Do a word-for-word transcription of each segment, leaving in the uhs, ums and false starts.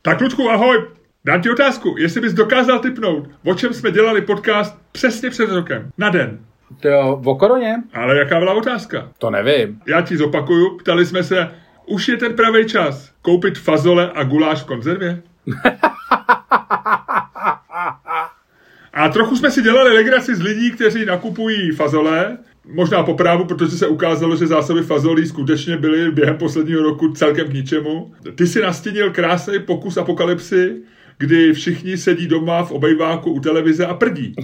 Tak, Ludku, ahoj. Dám ti otázku, jestli bys dokázal tipnout, o čem jsme dělali podcast přesně před rokem, na den. To jo, o koroně? Ale jaká byla otázka? To nevím. Já ti zopakuju, ptali jsme se, už je ten pravý čas koupit fazole a guláš v konzervě? A trochu jsme si dělali legraci z lidí, kteří nakupují fazole, možná po právu, protože se ukázalo, že zásoby fazolí skutečně byly během posledního roku celkem k ničemu. Ty si nastínil krásný pokus apokalypsy, kdy všichni sedí doma v obejváku u televize a prdí.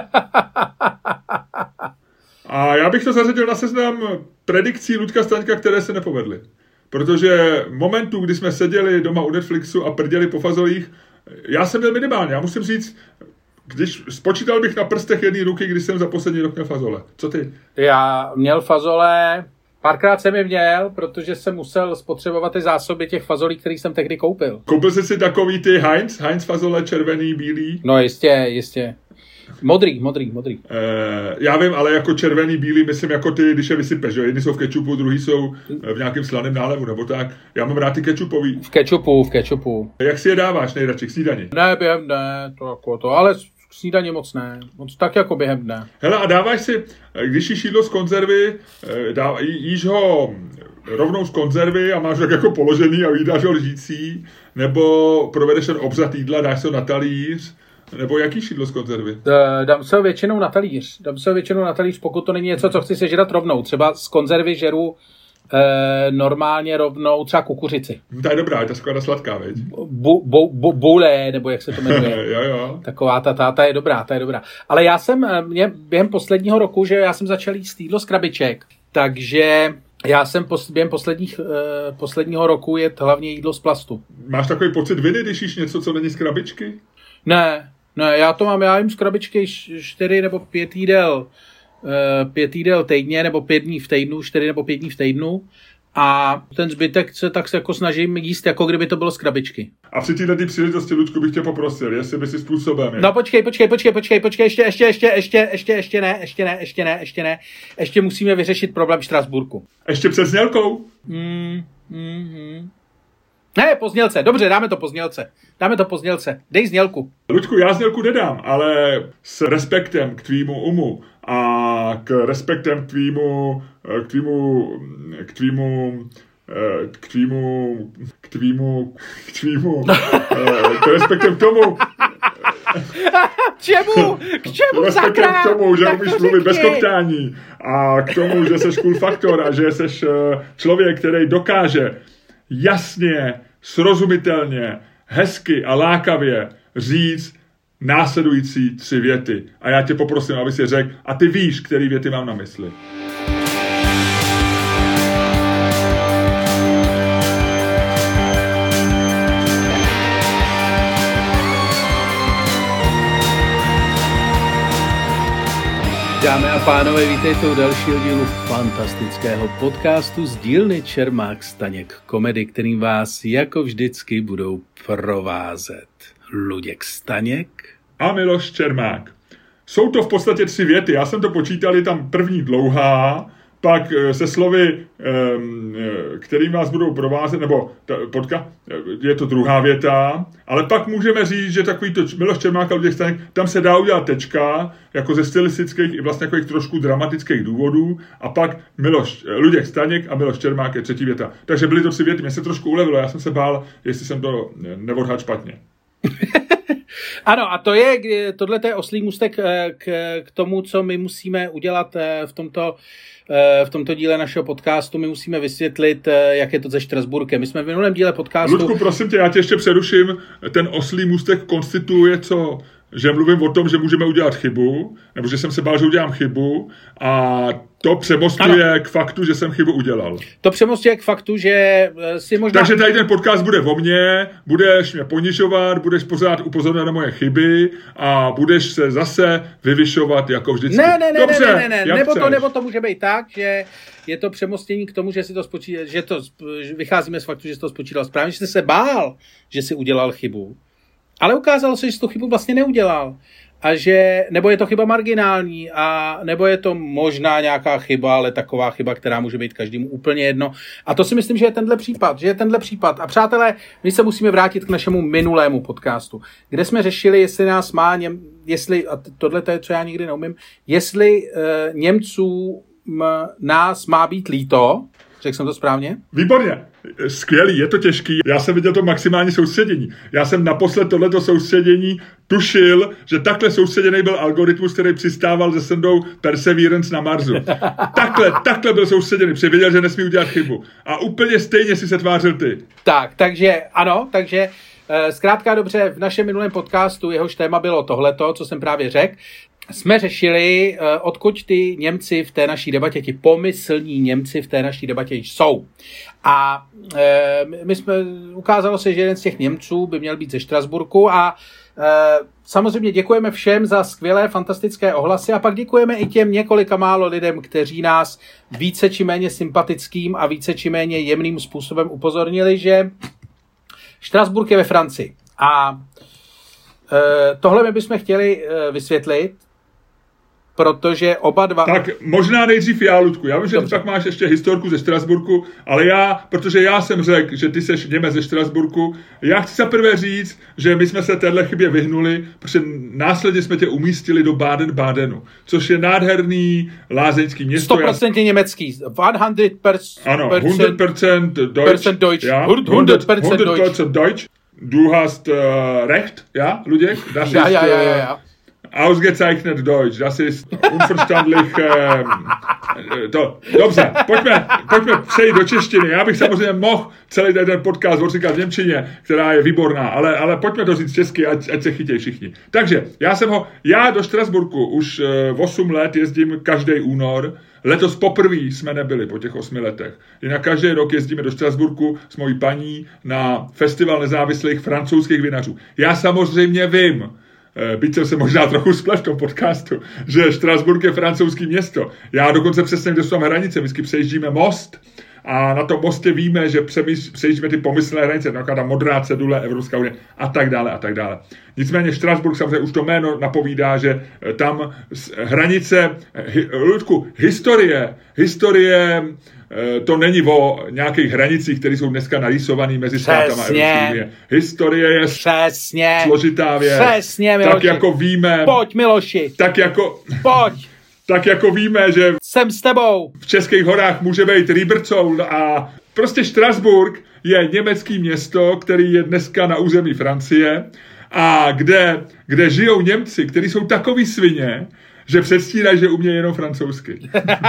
A já bych to zařadil na seznam predikcí Ludka Staňka, které se nepovedly. Protože momentu, kdy jsme seděli doma u Netflixu a prděli po fazolích, já jsem byl minimálně. Já musím říct, když spočítal bych na prstech jedné ruky, když jsem za poslední rok měl fazole. Co ty? Já měl fazole, párkrát jsem je měl, protože jsem musel spotřebovat ty zásoby těch fazolí, který jsem tehdy koupil. Koupil jsi si takový ty Heinz? Heinz fazole, červený, bílý? No jistě, jistě. Modrý, modrý, modrý. E, já vím, ale jako červený, bílý, myslím jako ty, když je vysypeš, že? Jedni jsou v kečupu, druhý jsou v nějakém slaném nálevu, nebo tak. Já mám rád ty kečupový. V kečupu, v kečupu. Jak si je dáváš nejradši k snídani? Ne, během dne, to jako to, ale k snídani moc ne. Moc tak jako během dne. Hele, a dáváš si, když jíš jídlo z konzervy, dá, jíš ho rovnou z konzervy a máš tak jako položený a jídáš ho lžící, nebo provedeš ten obřad jídla, dáš se ho na talíř, nebo jaký šídlo z konzervy? Dám se ho většinou na talíř. Dám se ho většinou na talíř, pokud to není něco, co chci sežrat rovnou. Třeba z konzervy žeru e, normálně rovnou třeba kukuřici. Ta je dobrá, je ta skvělá sladká, veď? Bu, bu, bu, bule, nebo jak se to jmenuje. jo, jo. Taková ta, ta, ta je dobrá, ta je dobrá. Ale já jsem, mě, během posledního roku, že já jsem začal jíst jídlo z krabiček, takže já jsem pos, během posledních, e, posledního roku jet hlavně jídlo z plastu. Máš takový pocit viny, když jíš něco, co není z krabičky? Ne, ne, já to mám, já jim z krabičky čtyři nebo pět jídel, pět jídel týdně, nebo pět dní v týdnu, čtyři nebo pět dní v týdnu a ten zbytek se tak se jako snažím jíst, jako kdyby to bylo z krabičky. A při této příležitosti, Ludku, bych tě poprosil, jestli by si způsobem. Je. No počkej, počkej, počkej, počkej, počkej, ještě, ještě, ještě, ještě, ještě, ještě ne, ještě ne, ještě ne, ještě ne, ještě musíme vyřešit problém Štrasburku. Ještě před znělkou? Mm, mm, mm. Ne, po znělce, dobře, dáme to po znělce. Dáme to po znělce. Dej znělku. Ludku, já znělku nedám, ale s respektem k tvýmu umu a k respektem k tvýmu, k tvýmu, k tvýmu, k tvýmu, k tvýmu, k tvýmu, k respektem k tomu, čemu? K čemu, respektem sakra? k tomu, že tak umíš to mluvit řekni. bez koptání a k tomu, že seš cool faktor a že seš člověk, který dokáže jasně, srozumitelně, hezky a lákavě říct následující tři věty. A já tě poprosím, aby si řekl, a ty víš, který věty mám na mysli. Dámy a pánové, vítejte u dalšího dílu fantastického podcastu z dílny Čermák Staněk Komedy, kterým vás jako vždycky budou provázet Luděk Staněk a Miloš Čermák. Jsou to v podstatě tři věty. Já jsem to počítal, je tam první dlouhá, pak se slovy, kterým vás budou provázet, nebo podka, je to druhá věta, ale pak můžeme říct, že takový to Miloš Čermák a Luděk Staněk, tam se dá udělat tečka, jako ze stylistických i vlastně takových trošku dramatických důvodů, a pak Miloš, Luděk Staněk a Miloš Čermák je třetí věta. Takže byly to tři věty, mě se trošku ulevilo, já jsem se bál, jestli jsem to neodhadl špatně. Ano, a to je, tohle je oslý můstek k, k tomu, co my musíme udělat v tomto, v tomto díle našeho podcastu. My musíme vysvětlit, jak je to se Štrasburkem. My jsme v minulém díle podcastu... Ludku, prosím tě, já tě ještě přeruším. Ten oslý můstek konstituuje co? Že mluvím o tom, že můžeme udělat chybu, nebo že jsem se bál, že udělám chybu, a to přemostuje ano. k faktu, že jsem chybu udělal. To přemostuje k faktu, že si možná... Takže tady ten podcast bude o mně, budeš mě ponižovat, budeš pořád upozorňovat na moje chyby a budeš se zase vyvyšovat jako vždycky. Ne, ne, ne, Dobře, ne, ne, ne, ne. Nebo, chceš? to, nebo to může být tak, že je to přemostění k tomu, že si to spočítal, že to že vycházíme z faktu, že jsi to spočítal správně, že jsi se bál, že jsi udělal chybu. Ale ukázalo se, že jsi tu chybu vlastně neudělal. a že, nebo je to chyba marginální, a nebo je to možná nějaká chyba, ale taková chyba, která může být každému úplně jedno. A to si myslím, že je tenhle případ, že je tenhle případ. A přátelé, my se musíme vrátit k našemu minulému podcastu, kde jsme řešili, jestli nás má, Něm, jestli, a tohle to je, co já nikdy neumím, jestli uh, Němců m, nás má být líto. Řekl jsem to správně? Výborně. Skvělý, je to těžký. Já jsem viděl to maximální soustředění. Já jsem naposled tohleto soustředění tušil, že takhle soustředěný byl algoritmus, který přistával se sondou Perseverance na Marsu. Takhle, takhle byl soustředěný, protože věděl, že nesmí udělat chybu. A úplně stejně si se tvářil ty. Tak, takže ano, takže zkrátka dobře, v našem minulém podcastu jehož téma bylo tohleto, co jsem právě řekl, jsme řešili, odkud ty Němci v té naší debatě, ti pomyslní Němci v té naší debatě jsou. A e, my jsme, ukázalo se, že jeden z těch Němců by měl být ze Štrasburku a e, samozřejmě děkujeme všem za skvělé, fantastické ohlasy a pak děkujeme i těm několika málo lidem, kteří nás více či méně sympatickým a více či méně jemným způsobem upozornili, že Štrasburk je ve Francii. A e, tohle my bychom chtěli e, vysvětlit, protože oba dva... Tak možná nejdřív já, Ludku. Já vím, že ty pak máš ještě historku ze Štrasburku, ale já, protože já jsem řekl, že ty seš Němec ze Štrasburku, já chci za prvé říct, že my jsme se téhle chybě vyhnuli, protože následně jsme tě umístili do Baden-Badenu, což je nádherný lázeňský město. sto procent německý. sto procent Ano, sto procent Deutsch. Deutsch. Ja, sto procent Deutsch. Deutsch. Du hast uh, recht, ja, Luděk? Das ja, ist, ja, ja, ja, ja. Ausgezeichnet Deutsch, das ist unverständlich. Ähm, to. Dobře, pojďme, pojďme přejít do češtiny. Já bych samozřejmě mohl celý ten podcast odříkat v němčině, která je výborná, ale, ale pojďme to říct česky, ať, ať se chytějí všichni. Takže, já jsem ho, já do Štrasburku už osm let jezdím každý únor. Letos poprvé jsme nebyli po těch osmi letech. Jinak každý rok jezdíme do Štrasburku s mojí paní na festival nezávislých francouzských vinařů. Já samozřejmě vím, byť jsem se možná trochu splet v tom podcastu, že Štrasburk je francouzský město. Já dokonce přesně, kde jsou tam hranice, vždycky přejíždíme most a na tom mostě víme, že přejíždíme ty pomyslné hranice, taková ta modrá cedule Evropská unie a tak dále a tak dále. Nicméně Štrasburk samozřejmě už to jméno napovídá, že tam hranice, Ludku, historie, historie, to není o nějakých hranicích, které jsou dneska narýsované mezi státama Evropské unie. Historie je Přesně. složitá věc. Přesně, Miloši. Tak jako víme... Pojď, Miloši. Tak jako... Pojď. Tak jako víme, že... Jsem s tebou. V českých horách může být Rieberzoll a prostě Štrasburk je německý město, který je dneska na území Francie a kde, kde žijou Němci, kteří jsou takový svině, že předstírají, že umějí jenom francouzsky.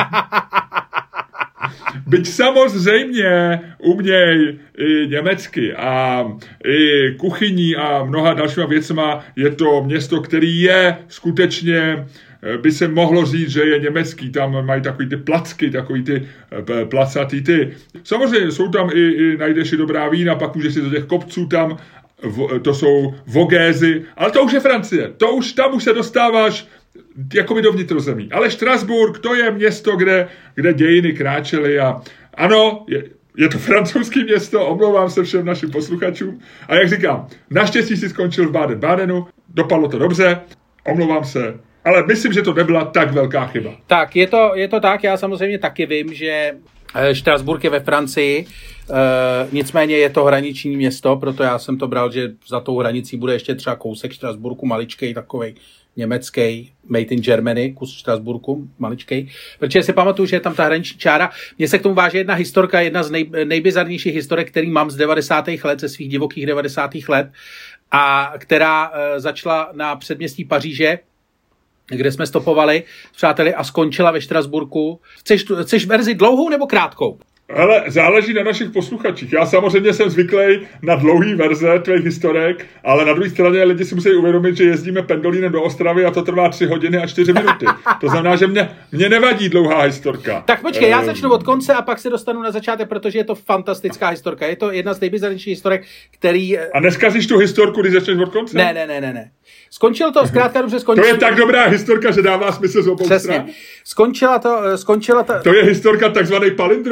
Byť samozřejmě uměj i německy a i kuchyní a mnoha dalšíma věcma je to město, který je skutečně, by se mohlo říct, že je německý. Tam mají takový ty placky, takový ty placatý ty. Samozřejmě jsou tam i, i najdeš i dobrá vína, pak můžeš si do těch kopců tam, to jsou vogézy, ale to už je Francie. To už, tam už se dostáváš jakoby do vnitrozemí. Ale Štrasburk, to je město, kde, kde dějiny kráčely a ano, je, je to francouzské město, omlouvám se všem našim posluchačům. A jak říkám, naštěstí si skončil v Baden-Badenu, dopadlo to dobře, omlouvám se, ale myslím, že to nebyla tak velká chyba. Tak, je to, je to tak, já samozřejmě taky vím, že Štrasburk je ve Francii, e, nicméně je to hraniční město, proto já jsem to bral, že za tou hranicí bude ještě třeba kousek Štrasburku, maličkej, takovej německý, made in Germany, kus Štrasburku, maličkej, protože si pamatuju, že je tam ta hraniční čára. Mně se k tomu váže jedna historka, jedna z nej, nejbizarnějších historek, který mám z devadesátých let, ze svých divokých devadesátých let, a která e, začala na předměstí Paříže, kde jsme stopovali s přáteli a skončila ve Štrasburku. Chceš, chceš verzi dlouhou nebo krátkou? Ale záleží na našich posluchačích. Já samozřejmě jsem zvyklý na dlouhý verze tvých historek, ale na druhé straně lidi si musí uvědomit, že jezdíme pendolínem do Ostravy a to trvá tři hodiny a čtyři minuty. To znamená, že mě, mě nevadí dlouhá historka. Tak počkej, já začnu od konce a pak se dostanu na začátek, protože je to fantastická historka. Je to jedna z nejbizarnějších historek, který... A neskazíš tu historku, když začneš od konce? Ne, ne, ne, ne, ne. Skončilo to, zkrátka dobře skončilo. To je tak dobrá historka, že dává smysl z obou Přesně. stran. Skončila to, skončila to... To je historka, takzvaný palindrom historky.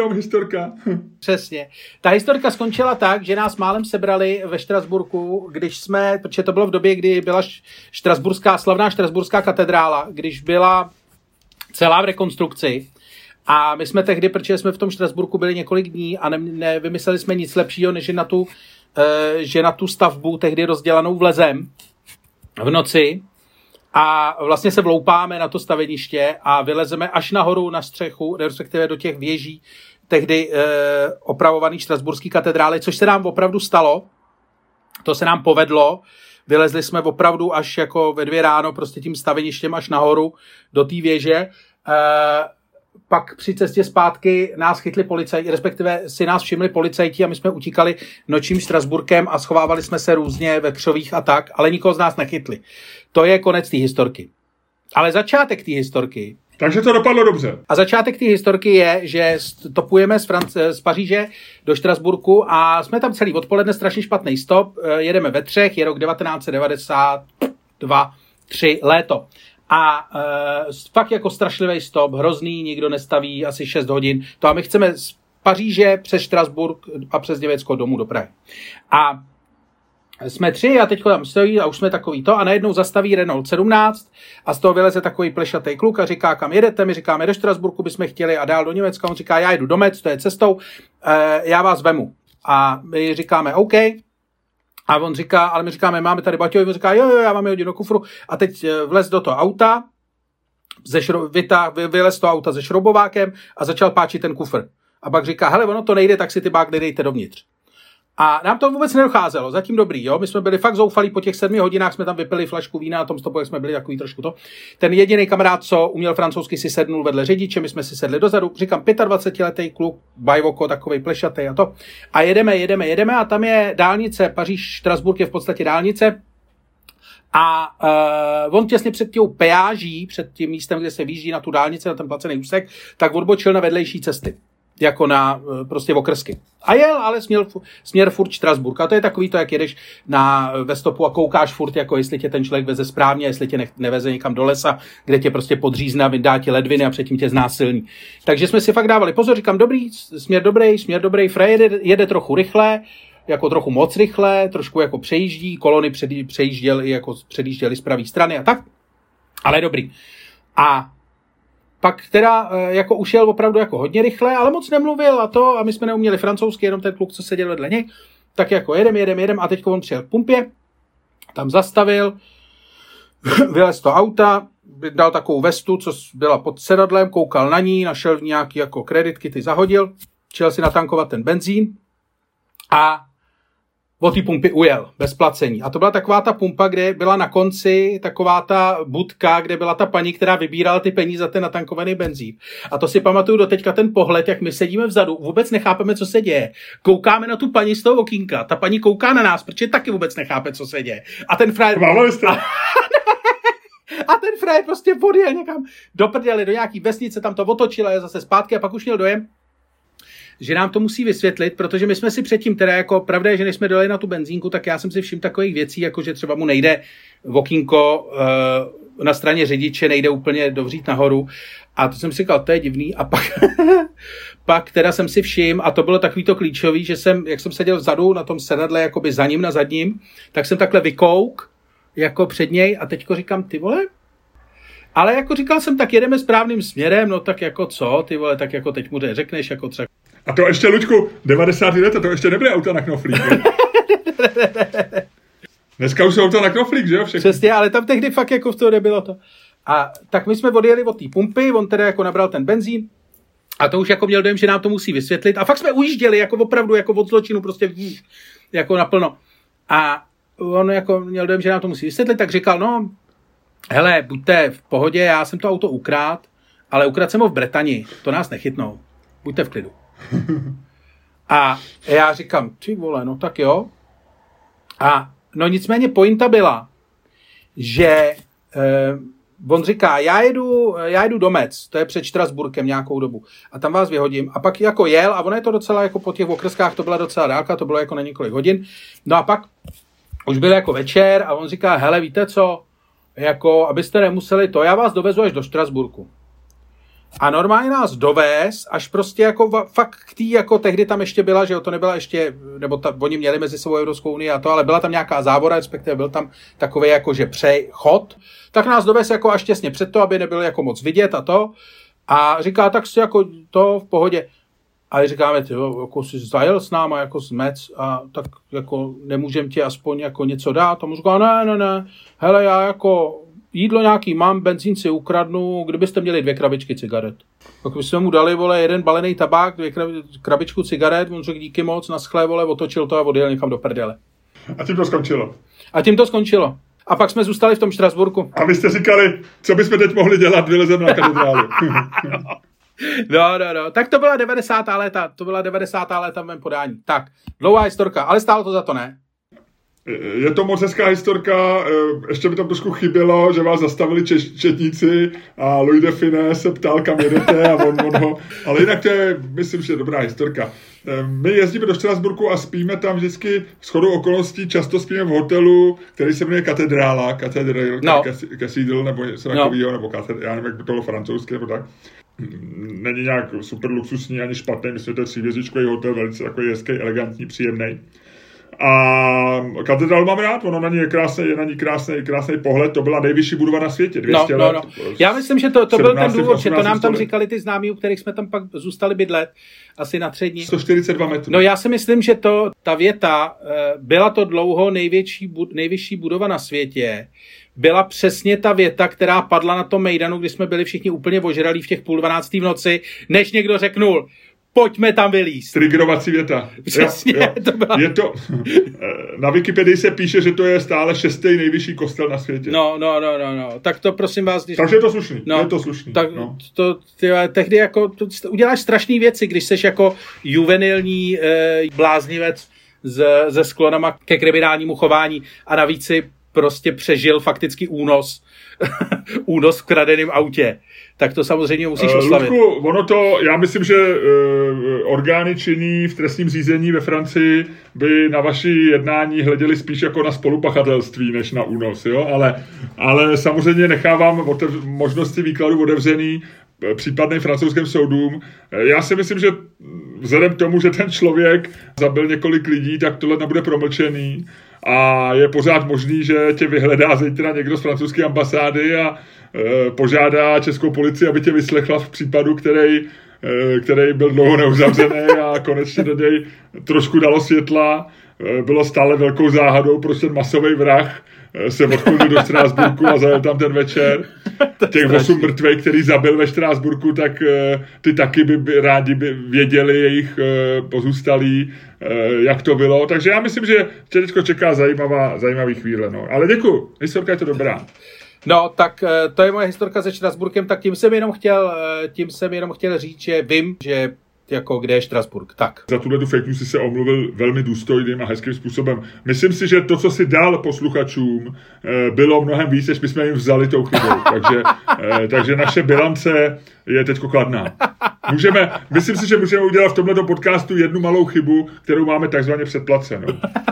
historka. Přesně. Ta historka skončila tak, že nás málem sebrali ve Štrasburku, když jsme, protože to bylo v době, kdy byla štrasburská, slavná štrasburská katedrála, když byla celá v rekonstrukci. A my jsme tehdy, protože jsme v tom Štrasburku byli několik dní a ne, nevymysleli jsme nic lepšího, než že na tu, e, že na tu stavbu tehdy rozdělanou vlezem v noci a vlastně se vloupáme na to staveniště a vylezeme až nahoru na střechu, respektive do těch věží tehdy e, opravovaný štrasburský katedrály, což se nám opravdu stalo. To se nám povedlo. Vylezli jsme opravdu až jako ve dvě ráno prostě tím staveništěm až nahoru do té věže. E, pak při cestě zpátky nás chytli policajti, respektive si nás všimli policajti a my jsme utíkali nočním Štrasburkem a schovávali jsme se různě ve křovích a tak, ale nikoho z nás nechytli. To je konec té historky. Ale začátek té historky. Takže to dopadlo dobře. A začátek té historky je, že stopujeme z, Franc- z Paříže do Štrasburku a jsme tam celý odpoledne, strašně špatný stop, jedeme ve třech, je rok devatenáct set devadesát dva, tři, léto. A e, fakt jako strašlivý stop, hrozný, nikdo nestaví asi šest hodin. To a my chceme z Paříže přes Štrasburk a přes Německo domů do Prahy. A jsme tři a teď tam stojí a už jsme takový to a najednou zastaví Renault sedmnáct a z toho vyleze takový plešatý kluk a říká, kam jedete, my říkáme, do Štrasburku bychom chtěli a dál do Německa. On říká, já jedu do Metz, to je cestou, e, já vás vemu. A my říkáme, OK. A on říká, ale my říkáme, máme tady baťovi, on říká, jo, jo, já mám je hodit do kufru a teď vlez do toho auta, ze šro, vytá, vylez toho auta se šroubovákem a začal páčit ten kufr. A pak říká, hele, ono to nejde, tak si ty bágly dejte dovnitř. A nám to vůbec nedocházelo, zatím dobrý, jo, my jsme byli fakt zoufalí, po těch sedmi hodinách jsme tam vypili flašku vína, na tom stopu, jak jsme byli takový trošku to. Ten jediný kamarád, co uměl francouzsky, si sednul vedle řidiče, my jsme si sedli dozadu, říkám, dvacetiletý kluk, bajvoko, takovej plešatý a to. A jedeme, jedeme, jedeme a tam je dálnice, Paříž, Štrasburk je v podstatě dálnice. A uh, on těsně před tím peáží, před tím místem, kde se výjíždí na tu dálnici, na ten placený úsek, tak odbočil na vedlejší cesty. Jako na prostě okrsky. A jel, ale směr, směr furt Štrasburk. A to je takový to, jak jedeš na, ve stopu a koukáš furt, jako jestli tě ten člověk veze správně, jestli tě ne, neveze někam do lesa, kde tě prostě podřízne a vydá ti ledviny a předtím tě znásilní. Takže jsme si fakt dávali pozor, říkám, dobrý, směr dobrý, směr dobrý, Frey jede, jede trochu rychle, jako trochu moc rychle, trošku jako přejíždí, kolony před, přejížděly, jako předjížděly z pravé strany a tak, ale dobrý. A pak teda jako ušel opravdu jako hodně rychle, ale moc nemluvil a to, a my jsme neuměli francouzsky, jenom ten kluk, co seděl vedle něj, tak jako jedem, jedem, jedem a teďko on přijel k pumpě, tam zastavil, vylez to auta, dal takovou vestu, co byla pod sedadlem, koukal na ní, našel v nějaký jako kreditky, ty zahodil, šel si natankovat ten benzín a od té pumpy ujel, bez placení. A to byla taková ta pumpa, kde byla na konci taková ta budka, kde byla ta paní, která vybírala ty peníze za ten natankovaný benzín. A to si pamatuju do teďka ten pohled, jak my sedíme vzadu, vůbec nechápeme, co se děje. Koukáme na tu paní z toho okýnka, ta paní kouká na nás, protože taky vůbec nechápe, co se děje. A ten frajer... A ten frajer prostě podjel někam do prdele, do nějaký vesnice, tam to otočil a je zase zpátky a pak už měl dojem, že nám to musí vysvětlit, protože my jsme si předtím, teda jako pravda je, že než jsme dali na tu benzínku, tak já jsem si všiml takových věcí, jako že třeba mu nejde v okýnko e, na straně řidiče, nejde úplně dovřít nahoru a to jsem si říkal, to je divný a pak, pak teda jsem si všiml a to bylo takový to klíčový, že jsem, jak jsem seděl vzadu na tom sedadle, jakoby za ním na zadním, tak jsem takhle vykouk jako před něj a teďko říkám, ty vole, ale jako říkal jsem, tak jedeme správným směrem, no tak jako co, ty vole, tak jako teď mu řekneš, jako třeba. A to ještě, Luďku, devadesátá let, to ještě nebyly auta na knoflík. Dneska už jsou auta na knoflík, že jo? Všechny. Přesně, ale tam tehdy fakt jako v toho nebylo to. A tak my jsme odjeli od té pumpy, on teda jako nabral ten benzín a to už jako měl dojem, že nám to musí vysvětlit. A fakt jsme ujížděli, jako opravdu, jako od zločinu, prostě jako naplno. A on jako měl dojem, že nám to musí vysvětlit, tak říkal, no, hele, buďte v pohodě, já jsem to auto ukrát, ale ukradl jsem ho v Bretani, to nás nechytnou. Buďte v klidu. A já říkám, ty vole, no tak jo. A no nicméně pointa byla, že eh, on říká, já jedu, já jedu do Metz, to je před Štrasburkem nějakou dobu, a tam vás vyhodím. A pak jako jel, a ono je to docela jako po těch okrskách, to byla docela dálka, to bylo jako na několik hodin. No a pak už byl jako večer a on říká, hele, víte co, jako, abyste nemuseli to, já vás dovezu až do Štrasburku. A normálně nás dovez, až prostě jako fakt k tý, jako tehdy tam ještě byla, že jo, to nebyla ještě, nebo ta, oni měli mezi sebou Evropskou unii a to, ale byla tam nějaká závora, respektive byl tam takový jako, že přechod, tak nás dovez jako až těsně před to, aby nebylo jako moc vidět a to. A říká, tak si jako to v pohodě. A říkáme, ty jo, jako jsi zajel s náma jako zmec a tak jako nemůžem ti aspoň jako něco dát. A mu říká, ne, ne, ne, hele, já jako jídlo nějaký mám, benzín si ukradnu, kdybyste měli dvě krabičky cigaret. Tak bychom mu dali, vole, jeden balený tabák, dvě krabičku cigaret, on řekl díky moc, naschle, vole, otočil to a odjel někam do prdele. A tím to skončilo. A tím to skončilo. A pak jsme zůstali v tom Štrasburku. A vy jste říkali, co bychom teď mohli dělat, vylezeme na katedrálu. No, no, no. Tak to byla devadesátá léta, to byla devadesátá léta v mém podání. Tak, dlouhá historka, ale stálo to za to, ne? Je to moc hezká historka, ještě by tam trošku chybělo, že vás zastavili češ, četníci a Louis de Funès se ptal, kam jedete a on, on ho, ale jinak to je, myslím, že dobrá historka. My jezdíme do Štrasburku a spíme tam vždycky shodou okolností, často spíme v hotelu, který se jmenuje Katedrála, Katedral, no. Cathedral, nebo něco takového, no. nebo katedr, já nevím, jak by to bylo francouzské, nebo tak. Není nějak super luxusní ani špatný, myslím, že to je tříhvězdičkový hotel, velice takový hezký, elegantní, příjemný. A katedrálu mám rád, ono na ní je krásný, je na ní krásný, krásný pohled, to byla nejvyšší budova na světě, dvě stě no, let. No, no. Já myslím, že to, to byl ten důvod, že to nám tam stolet. říkali ty známí, u kterých jsme tam pak zůstali bydlet, asi na tři dní. sto čtyřicet dva metrů. No já si myslím, že to, ta věta, byla to dlouho největší, nejvyšší budova na světě, byla přesně ta věta, která padla na tom mejdanu, kdy jsme byli všichni úplně ožralí v těch půl dvanáctý v noci, než někdo řeknul, pojďme tam vylízt. Triggerovací věta. Přesně, jo, jo. To byla... Je to, na Wikipedii se píše, že to je stále šestý nejvyšší kostel na světě. No, no, no, no, no. Tak to prosím vás... Když... Takže je to slušný, no, je to slušný. Tak no. to, ty, tehdy jako, to, uděláš strašné věci, když seš jako juvenilní eh, bláznivec s, se sklonama ke kriminálnímu chování a navíc si prostě přežil fakticky únos, únos v kradeném autě. Tak to samozřejmě musíš oslavit. Ludku, ono to, já myslím, že uh, orgány činní v trestním řízení ve Francii by na vaši jednání hleděli spíš jako na spolupachatelství, než na únos, jo? Ale, ale samozřejmě nechávám otev- možnosti výkladu otevřený případným francouzským soudům. Já si myslím, že vzhledem k tomu, že ten člověk zabil několik lidí, tak tohle nebude promlčený a je pořád možný, že tě vyhledá zítra někdo z francouzské ambasády a e, požádá českou policii, aby tě vyslechla v případu, který, e, který byl dlouho neuzavřený a konečně do něj trošku dalo světla. E, bylo stále velkou záhadou, proč ten masový vrah se odchodil do Štrásburku a zajel tam ten večer. Těch osm mrtvých, který zabil ve Štrásburku, tak uh, ty taky by, by rádi by věděli jejich uh, pozůstalí, uh, jak to bylo. Takže já myslím, že tě teďko čeká zajímavá, zajímavý chvíle. No. Ale děkuju, historka je to dobrá. No, tak uh, to je moje historka se Štrasburkem, tak tím jsem jenom chtěl, uh, tím jsem jenom chtěl říct, že vím, že jako kde je Štrasburg. Tak. Za tuhle fake news si se omluvil velmi důstojným a hezkým způsobem. Myslím si, že to, co si dal posluchačům, bylo mnohem víc, než my jsme jim vzali tou chybou. Takže, takže naše bilance je teďko kladná. Můžeme, myslím si, že můžeme udělat v tomto podcastu jednu malou chybu, kterou máme takzvaně předplacenou.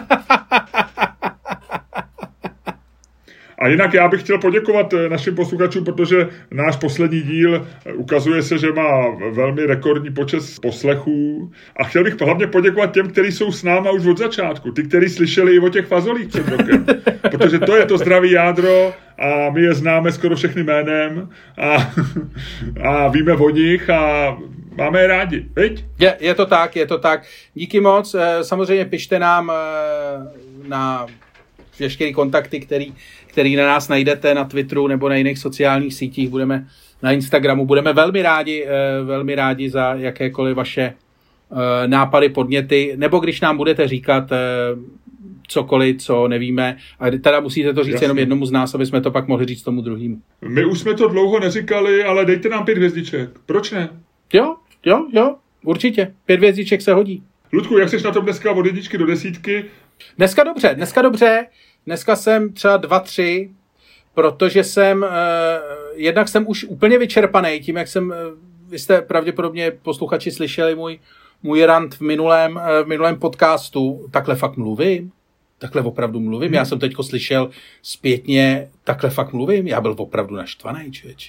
A jinak já bych chtěl poděkovat našim posluchačům, protože náš poslední díl ukazuje se, že má velmi rekordní počet poslechů. A chtěl bych hlavně poděkovat těm, kteří jsou s náma už od začátku. Ty, kteří slyšeli i o těch fazolích před rokem. Protože to je to zdraví jádro a my je známe skoro všechny jménem a, a víme o nich a máme je rádi. Viď? Je, je to tak, je to tak. Díky moc. Samozřejmě pište nám na veškeré kontakty, který, který na nás najdete na Twitteru nebo na jiných sociálních sítích. Budeme na Instagramu. Budeme velmi rádi, velmi rádi za jakékoliv vaše nápady, podněty, nebo když nám budete říkat cokoliv, co nevíme. A teda musíte to říct Jasně. jenom jednomu z nás, aby jsme to pak mohli říct tomu druhému. My už jsme to dlouho neříkali, ale dejte nám pět hvězdiček. Proč ne? Jo, jo, jo, určitě. Pět hvězdiček se hodí. Ludku, jak jsi na tom dneska od jedničky do desítky? Dneska dobře, dneska dobře. Dneska jsem třeba dva, tři, protože jsem, eh, jednak jsem už úplně vyčerpaný tím, jak jsem, eh, vy jste pravděpodobně posluchači slyšeli můj, můj rant v minulém, eh, v minulém podcastu. Takhle fakt mluvím? Takhle opravdu mluvím? Hmm. Já jsem teďko slyšel zpětně, takhle fakt mluvím? Já byl opravdu naštvaný, člověče.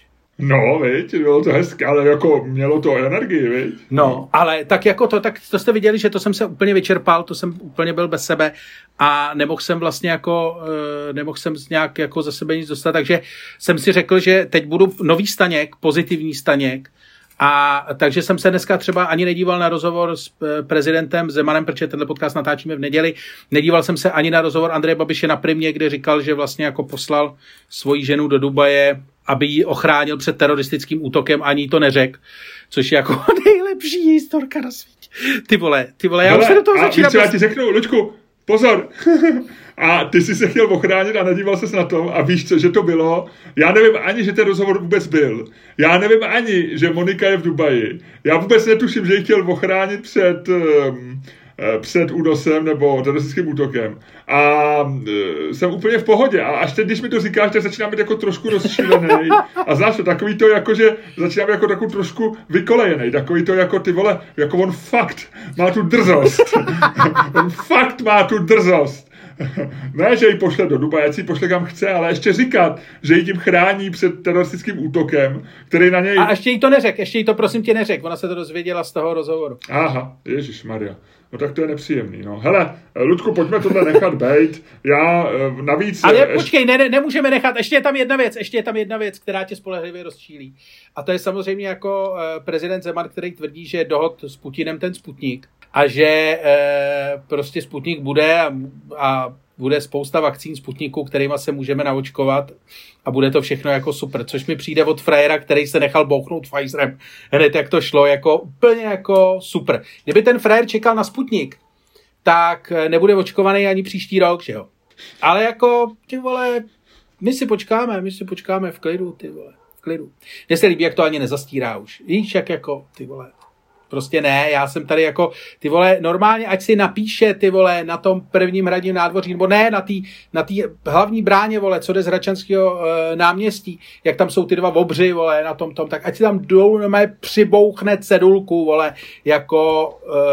No, viď, bylo to hezké, ale jako mělo to energii, viď? No, ale tak jako to, tak to jste viděli, že to jsem se úplně vyčerpal, to jsem úplně byl bez sebe a nemohl jsem vlastně jako, nemohl jsem nějak jako za sebe nic dostat, takže jsem si řekl, že teď budu nový Staněk, pozitivní Staněk, a takže jsem se dneska třeba ani nedíval na rozhovor s prezidentem Zemanem, protože tenhle podcast natáčíme v neděli. Nedíval jsem se ani na rozhovor Andreje Babiše na Primě, kde říkal, že vlastně jako poslal svoji ženu do Dubaje, aby ji ochránil před teroristickým útokem, ani to neřekl, což je jako nejlepší historka na světě. Ty vole, ty vole, já Hele, už se do toho začínám. A já ti řeknu, Luďku, pozor. A ty jsi se chtěl ochránit a nedíval ses na to a víš co, že to bylo. Já nevím ani, že ten rozhovor vůbec byl. Já nevím ani, že Monika je v Dubaji. Já vůbec netuším, že ji chtěl ochránit před, um, před únosem nebo teroristickým útokem. A uh, jsem úplně v pohodě. A až teď, když mi to říkáš, tak začínám být jako trošku rozšílený. A znáš to, takový to jako, že začínám jako takovou trošku vykolejený. Takový to jako ty vole, jako on fakt má tu drzost. On fakt má tu drzost. Ne, že ji pošle do Dubaje, ať si ji pošle kam chce, ale ještě říkat, že ji tím chrání před teroristickým útokem, který na něj... A ještě jí to neřek, ještě jí to prosím tě neřek, ona se to dozvěděla z toho rozhovoru. Aha, ježišmarja. No tak to je nepříjemný, no. Hele, Ludku, pojďme tohle nechat bejt. Já navíc... Ale ještě... počkej, ne, ne, nemůžeme nechat, ještě je tam jedna věc, ještě je tam jedna věc, která tě spolehlivě rozčílí. A to je samozřejmě jako prezident Zeman, který tvrdí, že dohod s Putinem ten Sputnik a že e, prostě Sputnik bude a, a bude spousta vakcín Sputniku, kterýma se můžeme naočkovat a bude to všechno jako super, což mi přijde od frajera, který se nechal bouchnout Pfizerem hned jak to šlo, jako úplně jako super. Kdyby ten frajer čekal na Sputnik, tak nebude očkovaný ani příští rok, že jo. Ale jako, ty vole, my si počkáme, my si počkáme v klidu, ty vole, v klidu. Mně se líbí, jak to ani nezastírá už. Víš, jak jako, ty vole, prostě ne, já jsem tady jako, ty vole, normálně, ať si napíše, ty vole, na tom prvním hradním nádvoří, nebo ne, na té na tý hlavní bráně, vole, co jde z Hradčanského e, náměstí, jak tam jsou ty dva obři, vole, na tom tom, tak ať si tam dolů přibouchne cedulku, vole, jako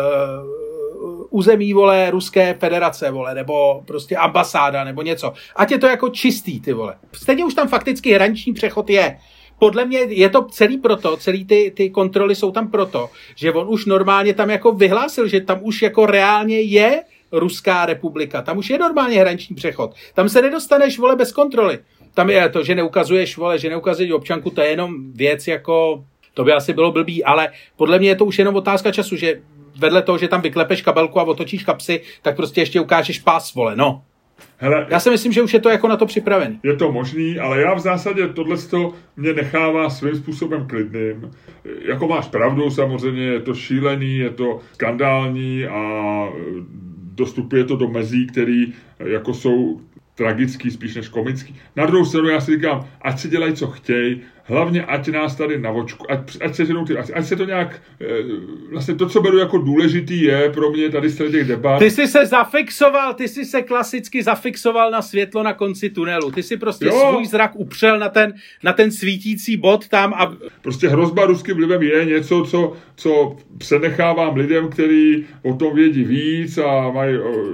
e, území, vole, Ruské federace, vole, nebo prostě ambasáda, nebo něco. Ať je to jako čistý, ty vole. Stejně už tam fakticky hraniční přechod je. Podle mě je to celý proto, celý ty, ty kontroly jsou tam proto, že on už normálně tam jako vyhlásil, že tam už jako reálně je Ruská republika. Tam už je normálně hraniční přechod. Tam se nedostaneš, vole, bez kontroly. Tam je to, že neukazuješ, vole, že neukazuješ občanku, to je jenom věc jako, to by asi bylo blbý, ale podle mě je to už jenom otázka času, že vedle toho, že tam vyklepeš kabelku a otočíš kapsy, tak prostě ještě ukážeš pás, vole, no. Hele, já si myslím, že už je to jako na to připravený. Je to možný, ale já v zásadě tohleto mě nechává svým způsobem klidným. Jako máš pravdu, samozřejmě je to šílený, je to skandální a dostupuje to do mezí, které jako jsou tragický spíš než komický. Na druhou stranu já si říkám, ať si dělají, co chtějí, hlavně ať nás tady navočku, ať, ať, se, ty, ať, ať se to nějak, vlastně to, co beru jako důležitý je pro mě tady z těch debat. Ty jsi se zafixoval, ty jsi se klasicky zafixoval na světlo na konci tunelu. Ty jsi prostě jo. svůj zrak upřel na ten, na ten svítící bod tam a... Prostě hrozba ruským vlivem je něco, co, co přenechávám lidem, kteří o tom vědí víc a mají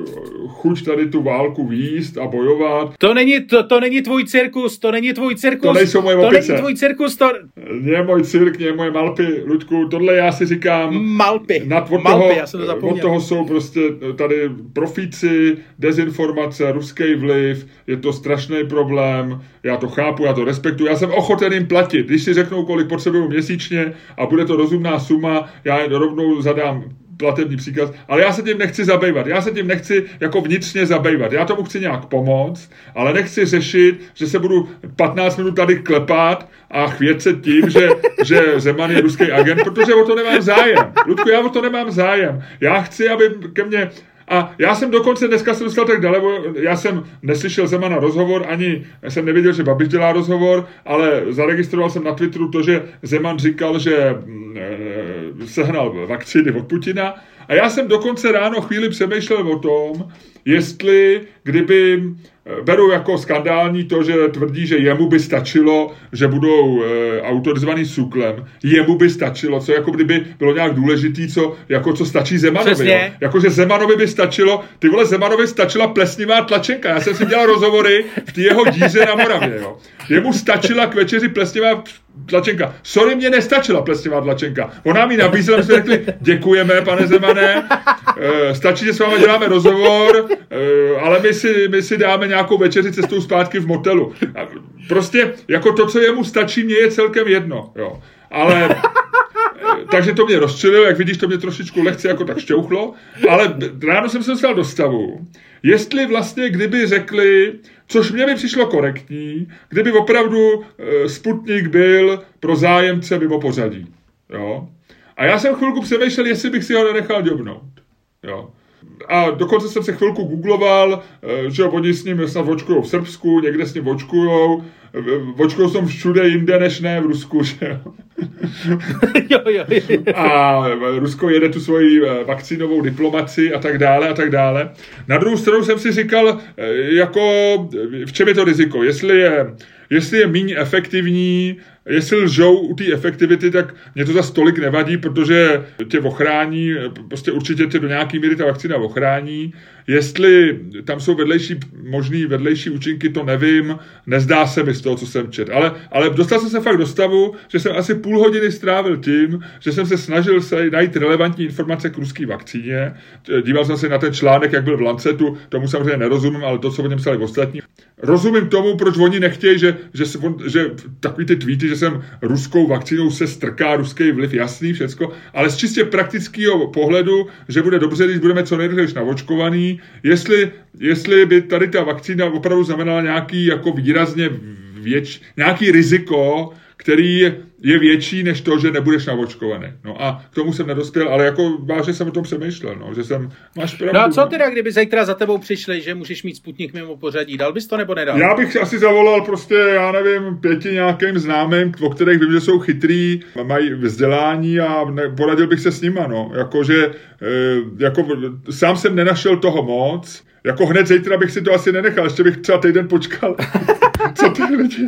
chuť tady tu válku víst a bojovat. To není, to, to není tvůj cirkus, to není tvůj cirkus. To nejsou moje opice. To není tvůj cirkus, to... Nie můj cirk, nie moje malpy, Luďku, tohle já si říkám... Malpy, nad, od malpy, toho, já jsem to zapomněl. Od toho jsou prostě tady profíci, dezinformace, ruský vliv, je to strašný problém, já to chápu, já to respektuju, já jsem ochoten jim platit, když si řeknou, kolik potřebuju měsíčně a bude to rozumná suma, já rovnou zadám platební příkaz, ale já se tím nechci zabývat, já se tím nechci jako vnitřně zabývat, já tomu chci nějak pomoct, ale nechci řešit, že se budu patnáct minut tady klepat a chvět se tím, že, že Zeman je ruský agent, protože o to nemám zájem. Ludku, já o to nemám zájem. Já chci, aby ke mně... A já jsem dokonce dneska se dostal tak daleko, já jsem neslyšel Zemana rozhovor, ani jsem nevěděl, že Babiš dělá rozhovor, ale zaregistroval jsem na Twitteru to, že Zeman říkal, že e, sehnal vakcíny od Putina. A já jsem dokonce ráno chvíli přemýšlel o tom, jestli, kdyby beru jako skandální to, že tvrdí, že jemu by stačilo, že budou e, autorizovaný SÚKLem. Jemu by stačilo, co jako kdyby bylo nějak důležitý, co, jako co stačí Zemanovi. Jo? Jakože Zemanovi by stačilo, ty vole, Zemanovi stačila plesnivá tlačenka. Já jsem si dělal rozhovory v té jeho díře na Moravě. Jo? Jemu stačila k večeři plesnivá tlačenka. Sorry, mě nestačila plesnivá tlačenka. Ona mi nabízela, my jsme řekli, děkujeme, pane Zemane, e, stačí, že s vámi děláme rozhovor, e, ale my si, my si dáme nějakou večeři cestou zpátky v motelu. A prostě jako to, co jemu stačí, mě je celkem jedno. Jo. Ale e, takže to mě rozčililo, jak vidíš, to mě trošičku lehce jako tak šťouchlo, ale ráno jsem se dostal do stavu, jestli vlastně kdyby řekli, což mě by přišlo korektní, kdyby opravdu e, Sputnik byl pro zájemce mimo pořadí. Jo? A já jsem chvilku přemýšlel, jestli bych si ho nenechal děbnout. Jo? A dokonce jsem se chvilku googloval, e, že oni s ním snad očkujou v Srbsku, někde s ním očkujou, očkujou jsem všude jinde, než ne v Rusku, že jo? jo, jo, jo. A Rusko jede tu svoji vakcínovou diplomaci a tak dále a tak dále. Na druhou stranu jsem si říkal, jako v čem je to riziko? Jestli je, jestli je méně efektivní, jestli lžou u té efektivity, tak mě to za tolik nevadí, protože tě ochrání, prostě určitě tě do nějaký míry ta vakcína ochrání. Jestli tam jsou vedlejší, možný vedlejší účinky, to nevím, nezdá se mi z toho, co jsem četl. Ale, ale dostal jsem se fakt do stavu, že jsem asi půl hodiny strávil tím, že jsem se snažil se najít relevantní informace k ruské vakcíně. Díval jsem se na ten článek, jak byl v Lancetu, tomu samozřejmě nerozumím, ale to, co o něm psali ostatní. Rozumím tomu, proč oni nechtějí, že, že, se, že takový ty tweety, že jsem ruskou vakcínou se strká ruský vliv, jasný všecko, ale z čistě praktického pohledu, že bude dobře, když budeme co nejdřív navočkovaný, jestli, jestli by tady ta vakcína opravdu znamenala nějaký jako výrazně větší, nějaký riziko, který je větší než to, že nebudeš navočkovaný. No a k tomu jsem nedospěl, ale jako vážně jsem o tom přemýšlel, no, že jsem, máš pravdu. No a co teda, kdyby zítra za tebou přišli, že můžeš mít Sputnik mimo pořadí, dal bys to nebo nedal? Já bych asi zavolal prostě, já nevím, pěti nějakým známým, o kterých vím, že jsou chytrý, mají vzdělání a ne, poradil bych se s nima, no, jakože, jako, sám jsem nenašel toho moc, jako hned zítra bych si to asi nenechal, ještě bych třeba týden počkal. Co ty lidi,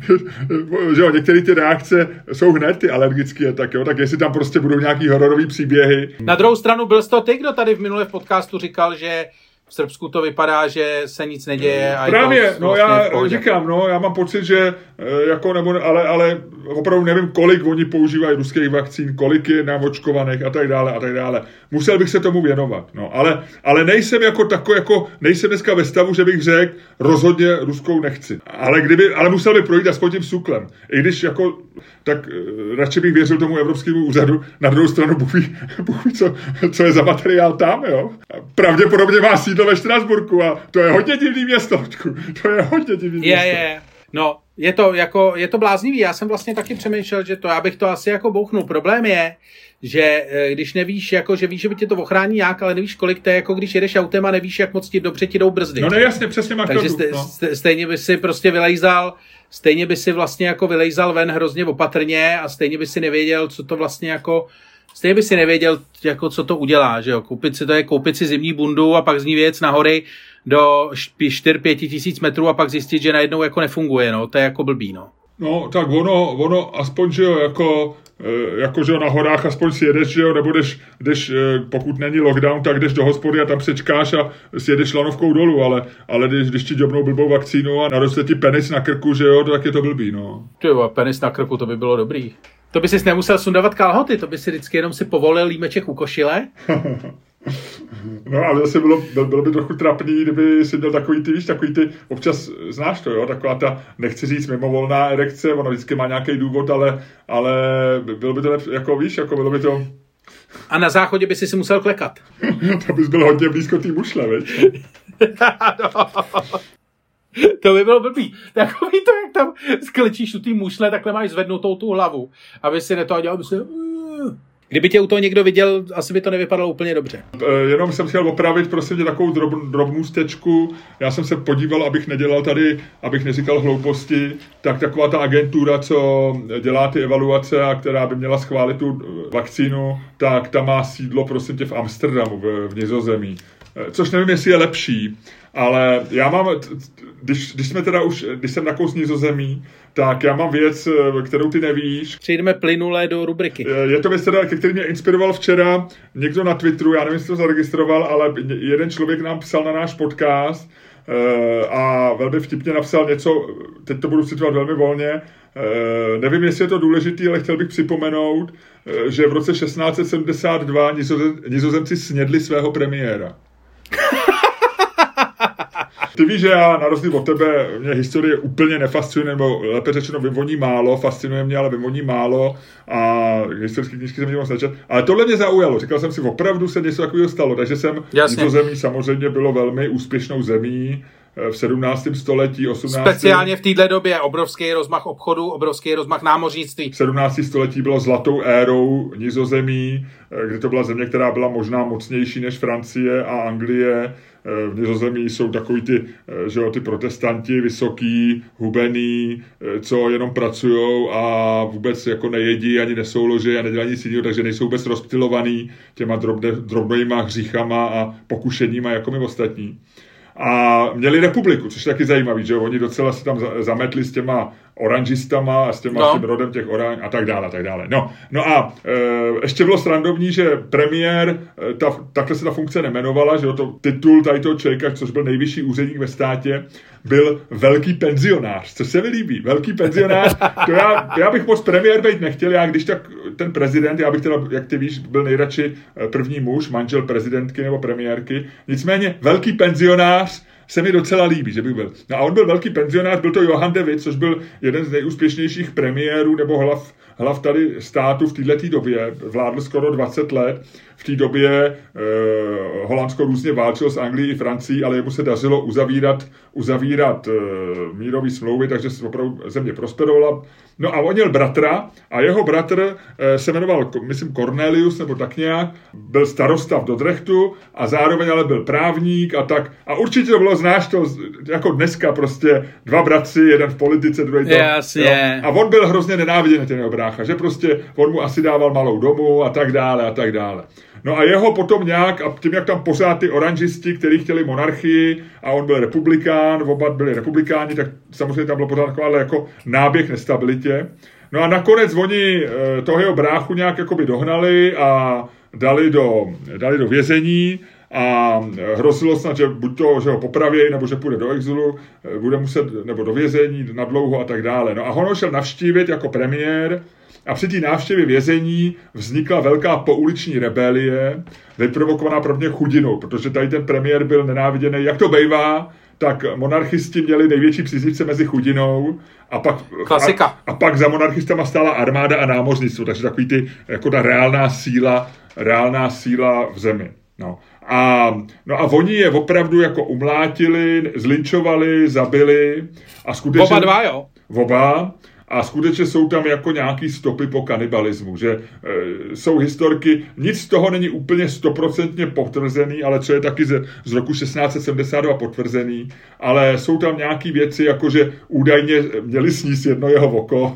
že jo, některé ty reakce jsou hned ty alergické, tak jo, tak jestli tam prostě budou nějaký hororový příběhy. Na druhou stranu byl jsi to ty, kdo tady v minulé v podcastu říkal, že v Srbsku to vypadá, že se nic neděje. A právě, je to no vlastně já říkám, no, já mám pocit, že jako, nebo, ale, ale opravdu nevím, kolik oni používají ruských vakcín, kolik je navočkovaných a tak dále a tak dále. Musel bych se tomu věnovat, no, ale, ale nejsem jako takový, jako, nejsem dneska ve stavu, že bych řekl, rozhodně ruskou nechci. Ale kdyby, ale musel bych projít aspoň tím SÚKLem. I když jako, tak radši bych věřil tomu Evropskému úřadu, na druhou stranu Bůh ví, Bůh ví co, co je za materiál tam, jo. Pravděpodobně má sídlo ve Štrasburku a to je hodně divný město, to je hodně divný město. Je, je, no, je to, jako, je to bláznivý, já jsem vlastně taky přemýšlel, že to, já bych to asi jako bouchnul. Problém je, že když nevíš, jako, že víš, že by tě to ochrání nějak, ale nevíš, kolik to je, jako když jedeš autem a nevíš, jak moc ti dobře ti jdou brzdy. No ne, jasně, přesně máš Takže pravdu, ste, no. stejně by si prostě vylejzal, stejně by si vlastně jako vylejzal ven hrozně opatrně a stejně by si nevěděl, co to vlastně jako, stejně by si nevěděl, jako co to udělá, že jo, koupit si to je koupit si zimní bundu a pak z ní věc na hory do čtyři pět tisíc metrů a pak zjistit, že najednou jako nefunguje, no, to je jako blbý, no. No, tak ono, ono aspoň, že jo, jako, jako, že jo, na horách aspoň si jedeš, že jo, nebo jdeš, jdeš, pokud není lockdown, tak jdeš do hospody a tam přečkáš a si jedeš lanovkou dolů, ale, ale když, když ti děbnou blbou vakcínu a naroste ti penis na krku, že jo, tak je to blbý, no. Ty jo, penis na krku, to by bylo dobrý. To by si nemusel sundavat kalhoty, to by si vždycky jenom si povolil límeček u košile. No, ale zase bylo, bylo by trochu trapný, kdyby si měl takový ty, víš, takový ty, občas znáš to, jo, taková ta, nechci říct mimovolná erekce, ono vždycky má nějaký důvod, ale, ale bylo by to, lepší, jako víš, jako bylo by to... A na záchodě by si si musel klekat. To bys byl hodně blízko té mušle, veď? No. To by bylo blbý. Takový to, jak tam sklečíš u té mušle, takhle máš zvednutou tu hlavu, aby si ne to dělal, by si... Kdyby tě u toho někdo viděl, asi by to nevypadalo úplně dobře. Jenom jsem chtěl opravit, prosím tě, takovou drob, drobnůstečku. Já jsem se podíval, abych nedělal tady, abych neříkal hlouposti, tak taková ta agentura, co dělá ty evaluace a která by měla schválit tu vakcínu, tak ta má sídlo, prosím tě, v Amsterdamu, v, v Nizozemí. což nevím, jestli je lepší, ale já mám, když, když jsme teda už, když jsem na kous Nizozemí, tak já mám věc, kterou ty nevíš. Přejdeme plynule do rubriky. Je to věc, ke který mě inspiroval včera někdo na Twitteru, já nevím, jestli to zaregistroval, ale jeden člověk nám psal na náš podcast a velmi vtipně napsal něco, teď to budu citovat velmi volně, nevím, jestli je to důležitý, ale chtěl bych připomenout, že v roce šestnáct set sedmdesát dva Nizozem, Nizozemci snědli svého premiéra. Ty víš, že já na rozdíl od tebe, mě historie úplně nefascinuje, nebo lépe řečeno vyvoní málo, fascinuje mě, ale vyvoní málo a historické knížky jsem moc nečet. Ale tohle mě zaujalo, říkal jsem si, opravdu se něco takového stalo, takže jsem Nizozemí samozřejmě bylo velmi úspěšnou zemí v sedmnáctém století, osmnáctém Speciálně v této době obrovský rozmach obchodu, obrovský rozmach námořnictví. V sedmnáctém století bylo zlatou érou Nizozemí, kde to byla země, která byla možná mocnější než Francie a Anglie. V Nizozemí jsou takový ty, že jo, ty protestanti vysoký, hubený, co jenom pracujou a vůbec jako nejedí, ani nesouloží a nedělají nic jiného, takže nejsou vůbec rozptylovaný těma drobne, drobnýma hříchama a pokušeníma jako my ostatní. A měli republiku, což je taky zajímavý, že oni docela se tam zametli s těma oranžistama a s, těma, no. s tím rodem těch oranž a tak dále, a tak dále. No, no a e, ještě bylo srandovní, že premiér, ta, takhle se ta funkce nemenovala, že to titul tady toho člověka, což byl nejvyšší úředník ve státě, byl velký penzionář, což se mi líbí. Velký penzionář, to já, já bych moc premiér být nechtěl, já když tak ten prezident, já bych teda, jak ty víš, byl nejradši první muž, manžel prezidentky nebo premiérky, nicméně velký penzionář se mi docela líbí, že bych byl. No a on byl velký penzionář, byl to Johan de Witt, což byl jeden z nejúspěšnějších premiérů nebo hlav, hlav tady státu v této době, vládl skoro dvacet let. V té době eh, Holandsko různě válčilo s Anglií i Francií, ale jemu se dařilo uzavírat, uzavírat eh, mírový smlouvy, takže se opravdu země prosperovala. No a on měl bratra a jeho bratr eh, se jmenoval, myslím, Cornelius nebo tak nějak, byl starosta v Dordrechtu a zároveň ale byl právník a tak. A určitě to bylo, znáš to, jako dneska prostě dva bratři, jeden v politice, druhý to. Jasně. A on byl hrozně nenáviděný, ten jeho brácha, že prostě on mu asi dával malou domu a tak dále a tak dále. No a jeho potom nějak, a tím, jak tam pořád ty oranžisti, kteří chtěli monarchii a on byl republikán, oba byli republikáni, tak samozřejmě tam bylo pořád taková jako náběh nestabilitě. No a nakonec oni toho jeho bráchu nějak jakoby dohnali a dali do, dali do vězení a hrozilo snad, že buď to, že ho popravějí, nebo že půjde do exilu, bude muset, nebo do vězení na dlouho a tak dále. No a on ho šel navštívit jako premiér. A při té návštěvě vězení vznikla velká pouliční rebelie, vyprovokovaná pravděpodobně chudinou, protože tady ten premiér byl nenáviděný, jak to bejvá, tak monarchisti měli největší příznivce mezi chudinou a pak, Klasika. A, a pak za monarchistama stála armáda a námořnictvo, takže takový ty, jako ta reálná síla, reálná síla v zemi. No. A, no a oni je opravdu jako umlátili, zlinčovali, zabili a skutečně... Oba dva, jo? Oba. A skutečně jsou tam jako nějaký stopy po kanibalismu, že e, jsou historky, nic z toho není úplně stoprocentně potvrzený, ale co je taky z, z roku šestnáct set sedmdesát dva potvrzený, ale jsou tam nějaký věci, jako že údajně měli sníst jedno jeho oko.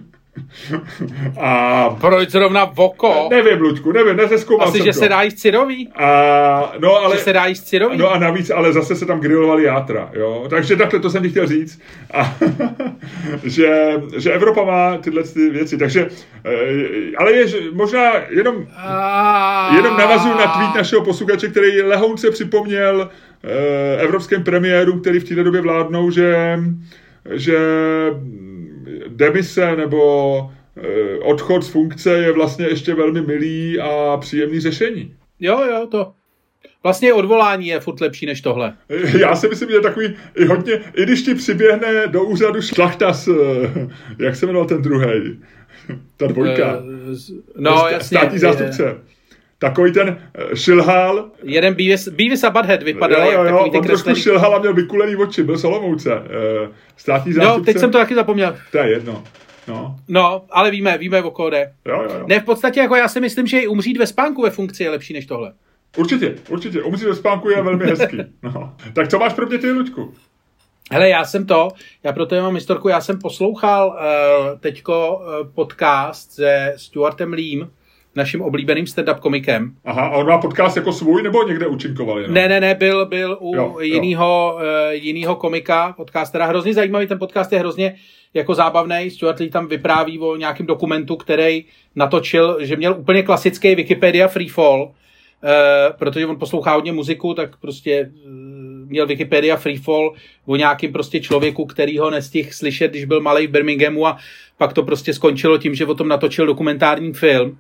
A proč zrovna voko? Nevím, Luďku, nevím, nezeskoumal Asi, jsem že to. se dá jíst syrový? A, no, ale, že se dá jíst syrový? No a navíc, ale zase se tam grilovali játra, jo. Takže takhle to jsem ti chtěl říct. A, že, že Evropa má tyhle ty věci, takže, ale je možná jenom, a... jenom navazuju na tweet našeho posluchače, který lehounce připomněl evropským premiérům, který v té době vládnou, že, že demise nebo odchod z funkce je vlastně ještě velmi milý a příjemný řešení. Jo, jo, to. Vlastně odvolání je furt lepší než tohle. Já si myslím, že takový i hodně, i když ti přiběhne do úřadu šlachtas, jak se jmenoval ten druhej? Ta dvojka. No, Stá, jasně. Státní zástupce. Takový ten šilhal. Jeden Beavis, Beavis a Butthead vypadal jo, jo, jak takový ty on trošku šilhal a měl vykulený oči, byl z Olomouce. Státní zástupce. No, teď jsem to taky zapomněl. To je jedno. No. no, ale víme, víme o koho jde. Jo, jo, jo. Ne, v podstatě jako já si myslím, že i umřít ve spánku ve funkci je lepší než tohle. Určitě, určitě. Umřít ve spánku je velmi hezký. No. Tak co máš pro mě ty, Luďku? Hele, já jsem to, já pro to mám historku, já jsem poslouchal uh, teďko uh, podcast se Stuartem Leem, naším oblíbeným stand-up komikem. Aha, a on má podcast jako svůj, nebo někde účinkoval jenom? Ne, ne, ne, byl, byl u jo, jinýho, uh, jinýho komika, podcastera. Hrozně zajímavý, ten podcast je hrozně jako zábavný. Stuart Lee tam vypráví o nějakém dokumentu, který natočil, že měl úplně klasický Wikipedia Freefall, uh, protože on poslouchá hodně muziku, tak prostě uh, měl Wikipedia Freefall o nějakým prostě člověku, který ho nestihl slyšet, když byl malej v Birminghamu, a pak to prostě skončilo tím, že o tom natočil dokumentární film.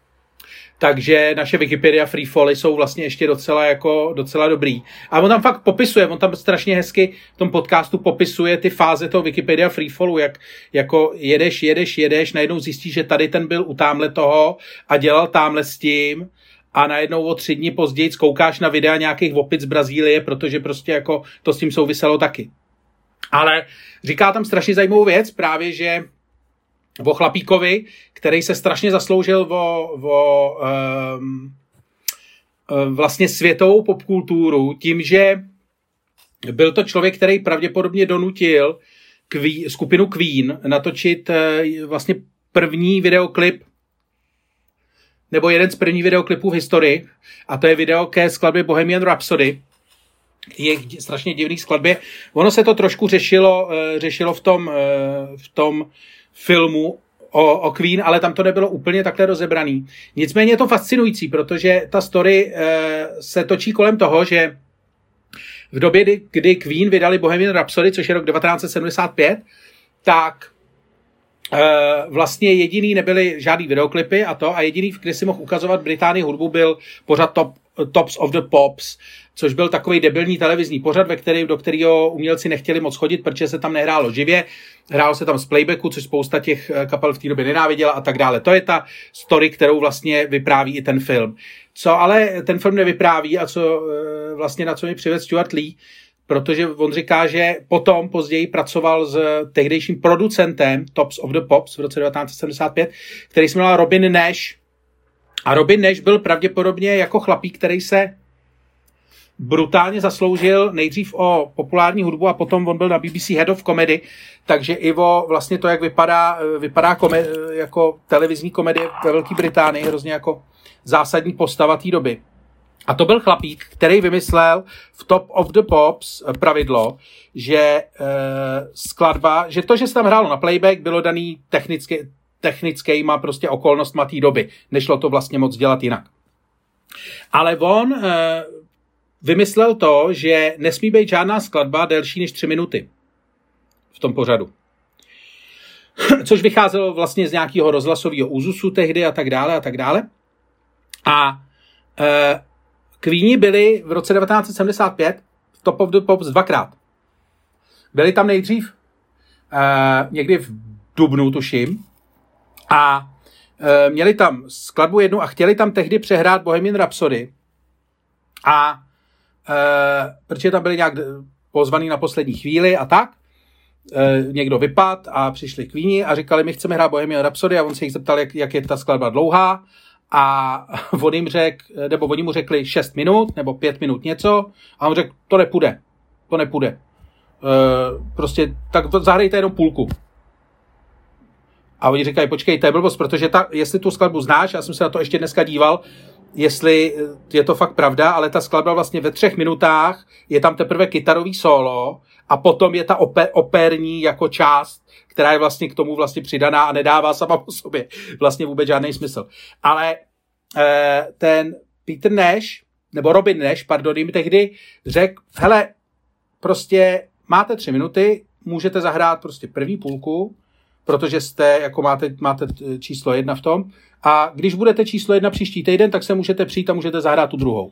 Takže naše Wikipedia Freefally jsou vlastně ještě docela jako docela dobrý. A on tam fakt popisuje, on tam strašně hezky v tom podcastu popisuje ty fáze toho Wikipedia Freefallu, jak jako jedeš, jedeš, jedeš, najednou zjistíš, že tady ten byl u támhle toho a dělal támhle s tím, a najednou o tři dny později koukáš na videa nějakých opic z Brazílie, protože prostě jako to s tím souviselo taky. Ale říká tam strašně zajímavou věc, právě že o chlapíkovi, který se strašně zasloužil o, o um, vlastně světovou popkulturu tím, že byl to člověk, který pravděpodobně donutil Queen, skupinu Queen natočit uh, vlastně první videoklip nebo jeden z prvních videoklipů v historii, a to je video ke skladbě Bohemian Rhapsody. Je strašně divný skladbě. Ono se to trošku řešilo, řešilo v tom, v tom filmu o, o Queen, ale tam to nebylo úplně takhle rozebraný. Nicméně je to fascinující, protože ta story se točí kolem toho, že v době, kdy Queen vydali Bohemian Rhapsody, což je rok devatenáct set sedmdesát pět, tak vlastně jediný nebyly žádný videoklipy a to, a jediný, kde si mohl ukazovat Británii hudbu, byl pořad Top, Tops of the Pops, což byl takový debilní televizní pořad, ve který, do kterého umělci nechtěli moc chodit, protože se tam nehrálo živě, hrálo se tam z playbacku, což spousta těch kapel v té době nenáviděla a tak dále. To je ta story, kterou vlastně vypráví i ten film. Co ale ten film nevypráví a co vlastně na co mi přived Stuart Lee, protože on říká, že potom později pracoval s tehdejším producentem Tops of the Pops v roce devatenáct set sedmdesát pět, který se jmenoval Robin Nash. A Robin Nash byl pravděpodobně jako chlapík, který se brutálně zasloužil nejdřív o populární hudbu a potom on byl na B B C Head of Comedy, takže i o vlastně to, jak vypadá, vypadá komedi, jako televizní komedie ve Velké Británii, hrozně jako zásadní postava té doby. A to byl chlapík, který vymyslel v Top of the Pops pravidlo, že e, skladba, že to, že se tam hrálo na playback, bylo daný technicky, technickýma prostě okolnostma té doby. Nešlo to vlastně moc dělat jinak. Ale on e, vymyslel to, že nesmí být žádná skladba delší než tři minuty v tom pořadu. Což vycházelo vlastně z nějakého rozhlasového úzusu tehdy a tak dále a tak dále. A e, Queeni byli v roce devatenáct set sedmdesát pět v Top of the Pops dvakrát. Byli tam nejdřív uh, někdy v dubnu, tuším, a uh, měli tam skladbu jednu a chtěli tam tehdy přehrát Bohemian Rhapsody. A uh, protože tam byli nějak pozvaný na poslední chvíli a tak, uh, někdo vypad a přišli Queeni a říkali, my chceme hrát Bohemian Rhapsody, a on se jich zeptal, jak, jak je ta skladba dlouhá. A on jim řek, nebo oni mu řekli šest minut, nebo pět minut něco, a on řekl, to nepůjde, to nepůjde. E, prostě, tak zahrajte jenom půlku. A oni říkají, počkej, to je blbost, protože ta, jestli tu skladbu znáš, já jsem se na to ještě dneska díval, jestli je to fakt pravda, ale ta skladba vlastně ve třech minutách, je tam teprve kytarový solo, a potom je ta oper, operní jako část, která je vlastně k tomu vlastně přidaná a nedává sama po sobě vlastně vůbec žádný smysl. Ale eh, ten Peter Nash, nebo Robin Nash, pardon, jim tehdy řekl, hele, prostě máte tři minuty, můžete zahrát prostě první půlku, protože jste, jako máte, máte číslo jedna v tom, a když budete číslo jedna příští týden, tak se můžete přijít a můžete zahrát tu druhou.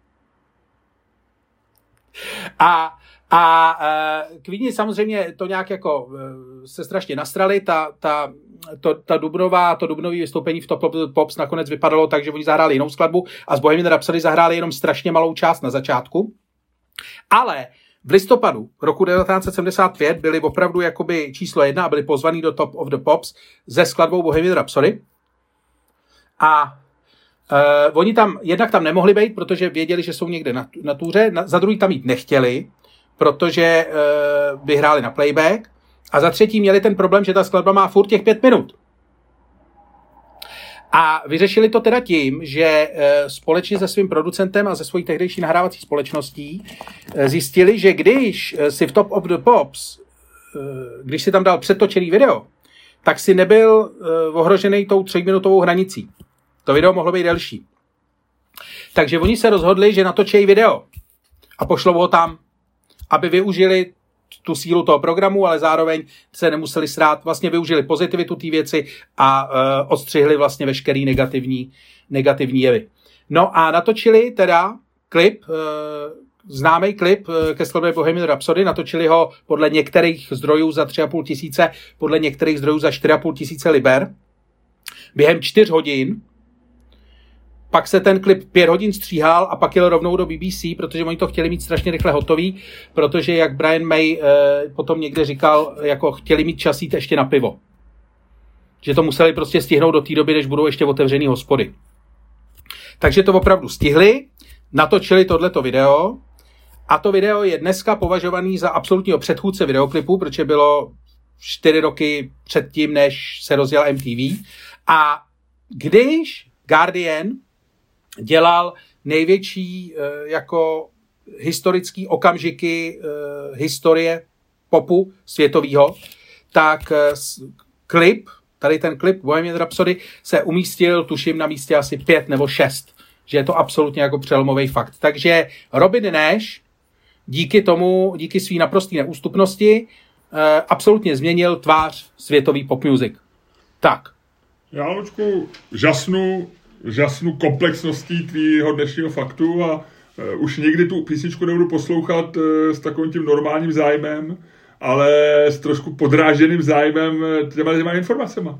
A A uh, Queeni samozřejmě to nějak jako uh, se strašně nastrali, ta, ta, to, ta dubnová, to dubnový vystoupení v Top of the Pops nakonec vypadalo tak, že oni zahráli jinou skladbu a z Bohemian Rhapsody zahráli jenom strašně malou část na začátku. Ale v listopadu roku devatenáct set sedmdesát pět byli opravdu jakoby číslo jedna a byli pozvaní do Top of the Pops se skladbou Bohemian Rhapsody. A uh, oni tam, jednak tam nemohli být, protože věděli, že jsou někde na, na túře, na, za druhý tam jít nechtěli, protože uh, by hráli na playback, a za třetí měli ten problém, že ta skladba má furt těch pět minut. A vyřešili to teda tím, že společně se svým producentem a se svojí tehdejší nahrávací společností zjistili, že když si v Top of the Pops, když si tam dal předtočený video, tak si nebyl ohrožený tou tříminutovou hranicí. To video mohlo být delší. Takže oni se rozhodli, že natočejí video a pošlou ho tam, aby využili tu sílu toho programu, ale zároveň se nemuseli srát, vlastně využili pozitivitu té věci a uh, odstřihli vlastně veškerý negativní, negativní jevy. No a natočili teda klip, uh, známý klip uh, ke skladbě Bohemian Rhapsody, natočili ho podle některých zdrojů za tři a půl tisíce, podle některých zdrojů za čtyři a půl tisíce liber. Během čtyř hodin. Pak se ten klip pět hodin stříhal a pak jel rovnou do B B C, protože oni to chtěli mít strašně rychle hotový, protože jak Brian May eh, potom někde říkal, jako chtěli mít čas jít ještě na pivo. Že to museli prostě stihnout do té doby, než budou ještě otevřený hospody. Takže to opravdu stihli, natočili tohleto video a to video je dneska považovaný za absolutního předchůdce videoklipu, protože bylo čtyři roky předtím, než se rozjel M T V. A když Guardian dělal největší uh, jako historický okamžiky uh, historie popu světovýho, tak uh, klip, tady ten klip Bohemian Rhapsody se umístil, tuším, na místě asi pět nebo šest. Že je to absolutně jako přelomový fakt. Takže Robin Nash díky tomu, díky svý naprosté neústupnosti uh, absolutně změnil tvář světový pop music. Tak. Já, Lučku, žasnu žasnu komplexností tvýho dnešního faktu a uh, už někdy tu písničku nebudu poslouchat uh, s takovým tím normálním zájmem, ale s trošku podráženým zájmem těma, těma informacema.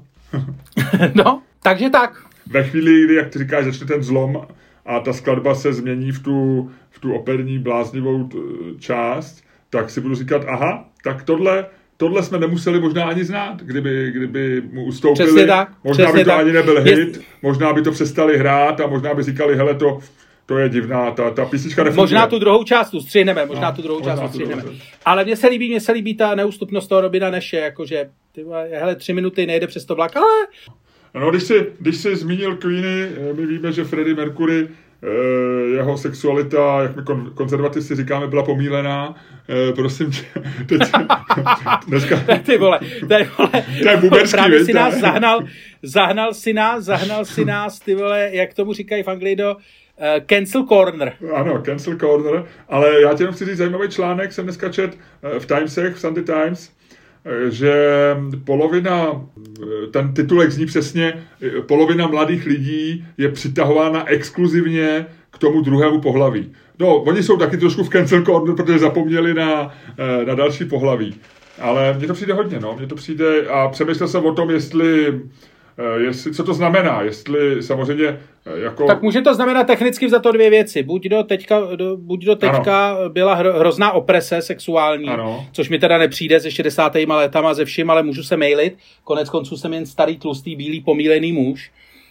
No, takže tak. Ve chvíli, kdy, jak ty říkáš, začne ten zlom a ta skladba se změní v tu, v tu operní bláznivou t, část, tak si budu říkat, aha, tak tohle Tohle jsme nemuseli možná ani znát, kdyby, kdyby mu ustoupili. Přesně tak, možná přesně by to tak. ani nebyl hit, Jest... možná by to přestali hrát a možná by říkali, hele, to, to je divná, ta, ta písnička nefunguje. Možná tu druhou část ustřihneme, možná no, tu druhou možná část tu ustřihneme. druhou. Ale mně se líbí, mně se líbí ta neústupnost toho Robina Nashe, jakože, ty vole, hele, tři minuty nejde přes to vlak, ale... No, když jsi, když jsi zmínil Queeny, my víme, že Freddie Mercury, jeho sexualita, jak my konzervativci říkáme, byla pomílená. Prosím tě, teď dneska... Ty vole, ty vole, to je buberský, právě si nás zahnal, zahnal si nás, zahnal si nás, ty vole, jak tomu říkají v Anglii, do uh, cancel corner. Ano, cancel corner, ale já tě jenom chci říct zajímavý článek, jsem dneska čet v Timesech, v Sunday Times, že polovina, ten titulek zní přesně, polovina mladých lidí je přitahována exkluzivně k tomu druhému pohlaví. No, oni jsou taky trošku v cancel corner, protože zapomněli na, na další pohlaví. Ale mně to přijde hodně, no, mně to přijde a přemýšlel jsem o tom, jestli, jestli co to znamená, jestli samozřejmě jako... Tak může to znamenat technicky za to dvě věci. Buď do teďka, do, buď do teďka byla hro, hrozná oprese sexuální, ano. Což mi teda nepřijde se šedesátými letama ze vším, ale můžu se mailit. Konec konců jsem jen starý, tlustý, bílý, pomílený muž.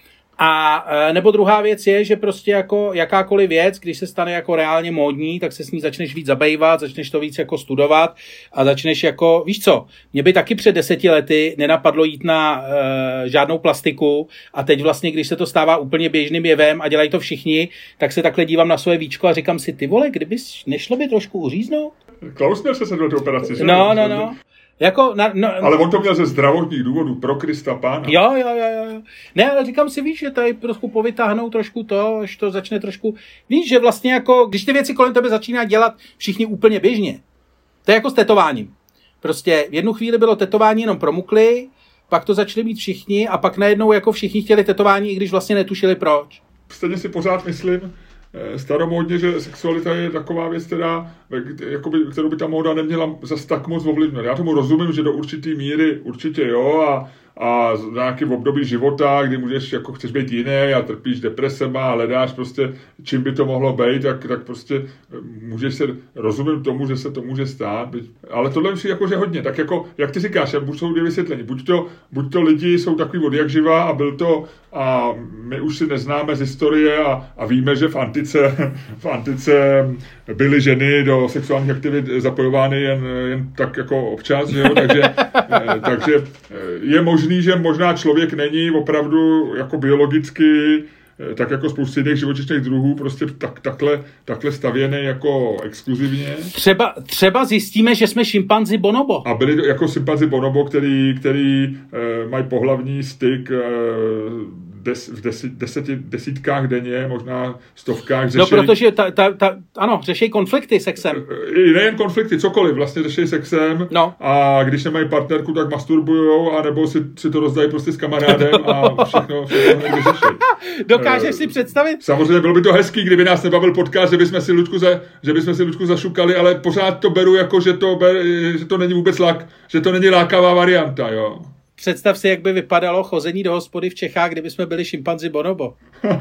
A nebo druhá věc je, že prostě jako jakákoliv věc, když se stane jako reálně módní, tak se s ní začneš víc zabývat, začneš to víc jako studovat a začneš jako, víš co, mě by taky před deseti lety nenapadlo jít na uh, žádnou plastiku a teď vlastně, když se to stává úplně běžným jevem a dělají to všichni, tak se takhle dívám na svoje víčko a říkám si, ty vole, kdyby nešlo by trošku uříznout? Klausner se sedl tu operaci, že? No, no, no. Jako na, no, ale on to měl ze zdravotních důvodů, pro Krista pána. Jo, jo, jo, jo. Ne, ale říkám si, víš, že tady trošku povytáhnou trošku to, až to začne trošku, víš, že vlastně jako, když ty věci kolem tebe začíná dělat všichni úplně běžně. To je jako s tetováním. Prostě v jednu chvíli bylo tetování jenom promukli, pak to začali mít všichni a pak najednou jako všichni chtěli tetování, i když vlastně netušili proč. Stejně si pořád myslím, staromódně, že sexualita je taková věc, která, jakoby, kterou by ta móda neměla zase tak moc ovlivňovat. Já tomu rozumím, že do určitý míry určitě jo a, a v nějakém období života, kdy můžeš, jako chceš být jiný a trpíš depresema a hledáš prostě, čím by to mohlo být, tak, tak prostě můžeš se, rozumím tomu, že se to může stát, ale tohle je jako, že hodně, tak jako, jak ty říkáš, buď jsou dvě vysvětlení, buď to, buď to lidi jsou takový od jak živa a byl to, a my už si neznáme z historie a, a víme, že v antice, v antice byly ženy do sexuálních aktivit zapojovány jen, jen tak jako občas, jo? Takže, takže je možné, možný, že možná člověk není opravdu jako biologicky, tak jako spousty jiných živočišných druhů, prostě tak, takhle, takhle stavěný jako exkluzivně. Třeba, třeba zjistíme, že jsme šimpanzi bonobo. A byli jako šimpanzi bonobo, který, který e, mají pohlavní styk e, des, v desi, deseti, desítkách denně, možná stovkách. Řešej, no, protože ta, ta, ta, ano, řešejí konflikty sexem. I nejen konflikty, cokoliv, vlastně řešejí sexem. No. A když nemají partnerku, tak masturbujou, anebo si, si to rozdají prostě s kamarádem a všechno, všechno vyřešejí. Dokážeš si představit? Samozřejmě bylo by to hezký, kdyby nás nebavil podcast, že bychom si Luďku, za, že bychom si Luďku zašukali, ale pořád to beru jako, že to, ber, že to není vůbec lak, že to není lákavá varianta, jo. Představ si, jak by vypadalo chození do hospody v Čechách, kdyby jsme byli šimpanzi bonobo.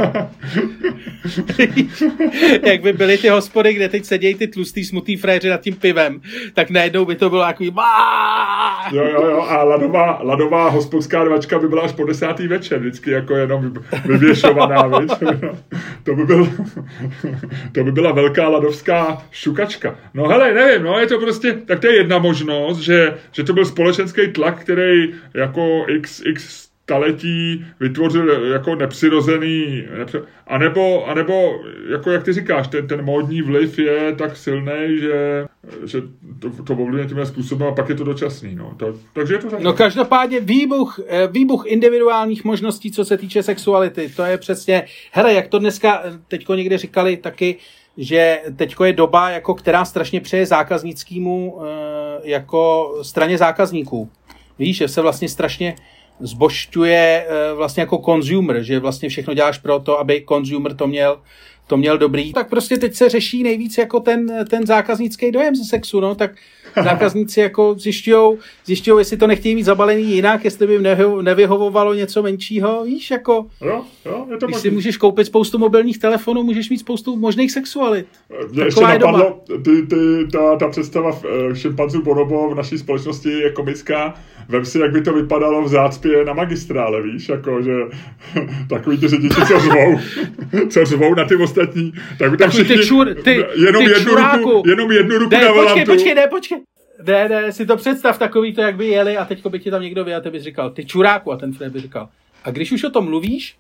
Jak by byly ty hospody, kde teď sedějí ty tlustý, smutný fréři nad tím pivem, tak najednou by to bylo takový jo, jo, jo, a ladová, ladová hospodská dvačka by byla až po desátý večer, vždycky jako jenom vyvěšovaná, no. To by byl, to by byla velká ladovská šukačka. No hele, nevím, no je to prostě, tak to je jedna možnost, že, že to byl společenský tlak, který jako x, x staletí vytvořil jako nepřirozený, nepři... anebo, anebo, jako jak ty říkáš, ten, ten módní vliv je tak silný, že, že to, to ovlivňuje tímhle způsobem a pak je to dočasný. No. To, takže je to tak. No každopádně výbuch, výbuch individuálních možností, co se týče sexuality, to je přesně, hele, jak to dneska teďko někde říkali taky, že teďko je doba, jako která strašně přeje zákaznickému jako straně zákazníků. Víš, že se vlastně strašně zbožťuje vlastně jako consumer, že vlastně všechno děláš pro to, aby consumer to měl, to měl dobrý. Tak prostě teď se řeší nejvíc jako ten, ten zákaznický dojem ze sexu, no, tak zákazníci jako zjišťujou, zjišťujou, jestli to nechtějí mít zabalený jinak, jestli by jim nevyhovovalo něco menšího, víš, jako, jo, jo, je to když si můžeš koupit spoustu mobilních telefonů, můžeš mít spoustu možných sexualit. Mě ještě napadlo, ty, ty, ta, ta představa šimpanzů bonobo v naší společnosti je komická. Vem si, jak by to vypadalo v zácpě na magistrále, víš, jako, že takový ty řidiči, co řvou, co řvou na ty ostatní, tak by tam všichni, ty čur, ty, jenom, ty jednu ruku, jenom jednu ruku ne, na volantu. Počkej, počkej, ne, počkej. Ne, ne, si to představ takový to, jak by jeli a teďko by ti tam někdo vyjel a ty bys říkal, ty čuráku, a ten Fred by říkal, a když už o tom mluvíš?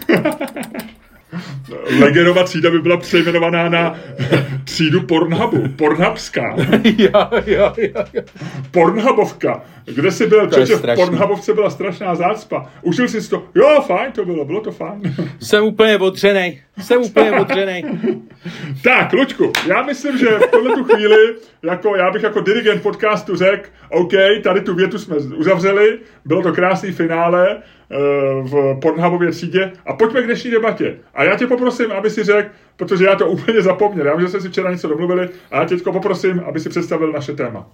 Legerová třída by byla přejmenovaná na třídu Pornhubu. Pornhubská. jo, jo, jo, jo. Pornhubovka. Kde jsi byl? Přece v strašný. Pornhubovce byla strašná zácpa. Užil jsi to? Jo, fajn to bylo, bylo to fajn. Jsem úplně odřenej. Jsem úplně odřenej. Tak, Luďku, já myslím, že v tuhletu chvíli, jako, já bych jako dirigent podcastu řekl, OK, tady tu větu jsme uzavřeli, bylo to krásný finále v Pornhubově třídě a pojďme k dnešní debatě. A já tě poprosím, aby si řekl, protože já to úplně zapomněl, já vím, že jsme si včera něco domluvili, a já tě poprosím, aby si představil naše téma.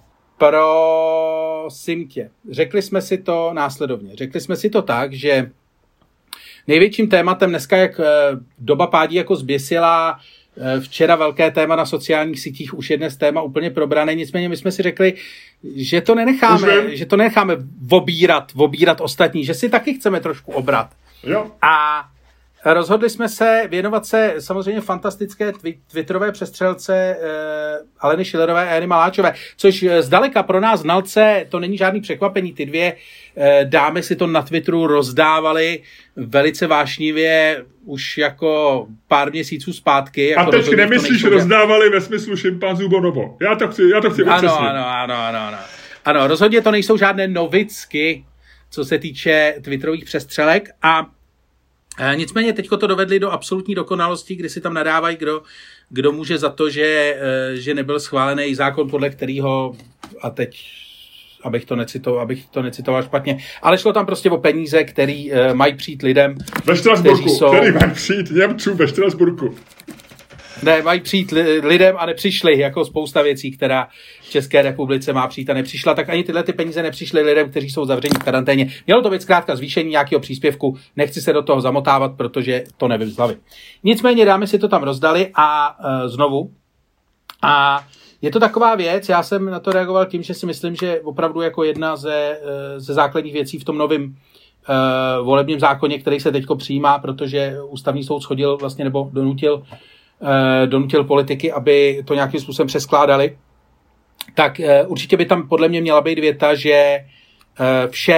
Prosím tě. Řekli jsme si to následovně. Řekli jsme si to tak, že největším tématem dneska, jak doba pádí jako zběsila, včera velké téma na sociálních sítích, už je dnes téma úplně probrané, nicméně my jsme si řekli, že to nenecháme, že to nenecháme obírat, obírat ostatní, že si taky chceme trošku obrat. Jo. A rozhodli jsme se věnovat se samozřejmě fantastické twitterové přestřelce uh, Aleny Schillerové a Jany Maláčové, což zdaleka pro nás znalce to není žádný překvapení. Ty dvě uh, dámy si to na Twitteru rozdávaly velice vášnivě už jako pár měsíců zpátky. Jako a teď nemyslíš rozdávali ve smyslu šimpanzů bonobo. Já to chci, já to chci upřesnit. Ano, ano, ano, ano, ano. Ano, rozhodně to nejsou žádné novicky, co se týče twitterových přestřelek a E, nicméně teďko to dovedli do absolutní dokonalosti, kdy si tam nadávají, kdo, kdo může za to, že, e, že nebyl schválený zákon, podle kterého, a teď, abych to, necitoval, abych to necitoval špatně, ale šlo tam prostě o peníze, který e, mají přijít lidem. Ve Štrasburku, jsou, který mají přijít Němců ve Štrasburku. Ne, mají přijít lidem a nepřišli, jako spousta věcí, která v České republice má přijít a nepřišla, tak ani tyhle ty peníze nepřišly lidem, kteří jsou zavření v karanténě. Mělo to být zkrátka zvýšení nějakého příspěvku, nechci se do toho zamotávat, protože to nevím z hlavy. Nicméně dámy si to tam rozdali a uh, znovu. A je to taková věc, já jsem na to reagoval tím, že si myslím, že opravdu jako jedna ze, ze základních věcí v tom novém uh, volebním zákoně, který se teďko přijímá, protože ústavní soud shodil vlastně nebo donutil donutil politiky, aby to nějakým způsobem přeskládali, tak určitě by tam podle mě měla být věta, že všem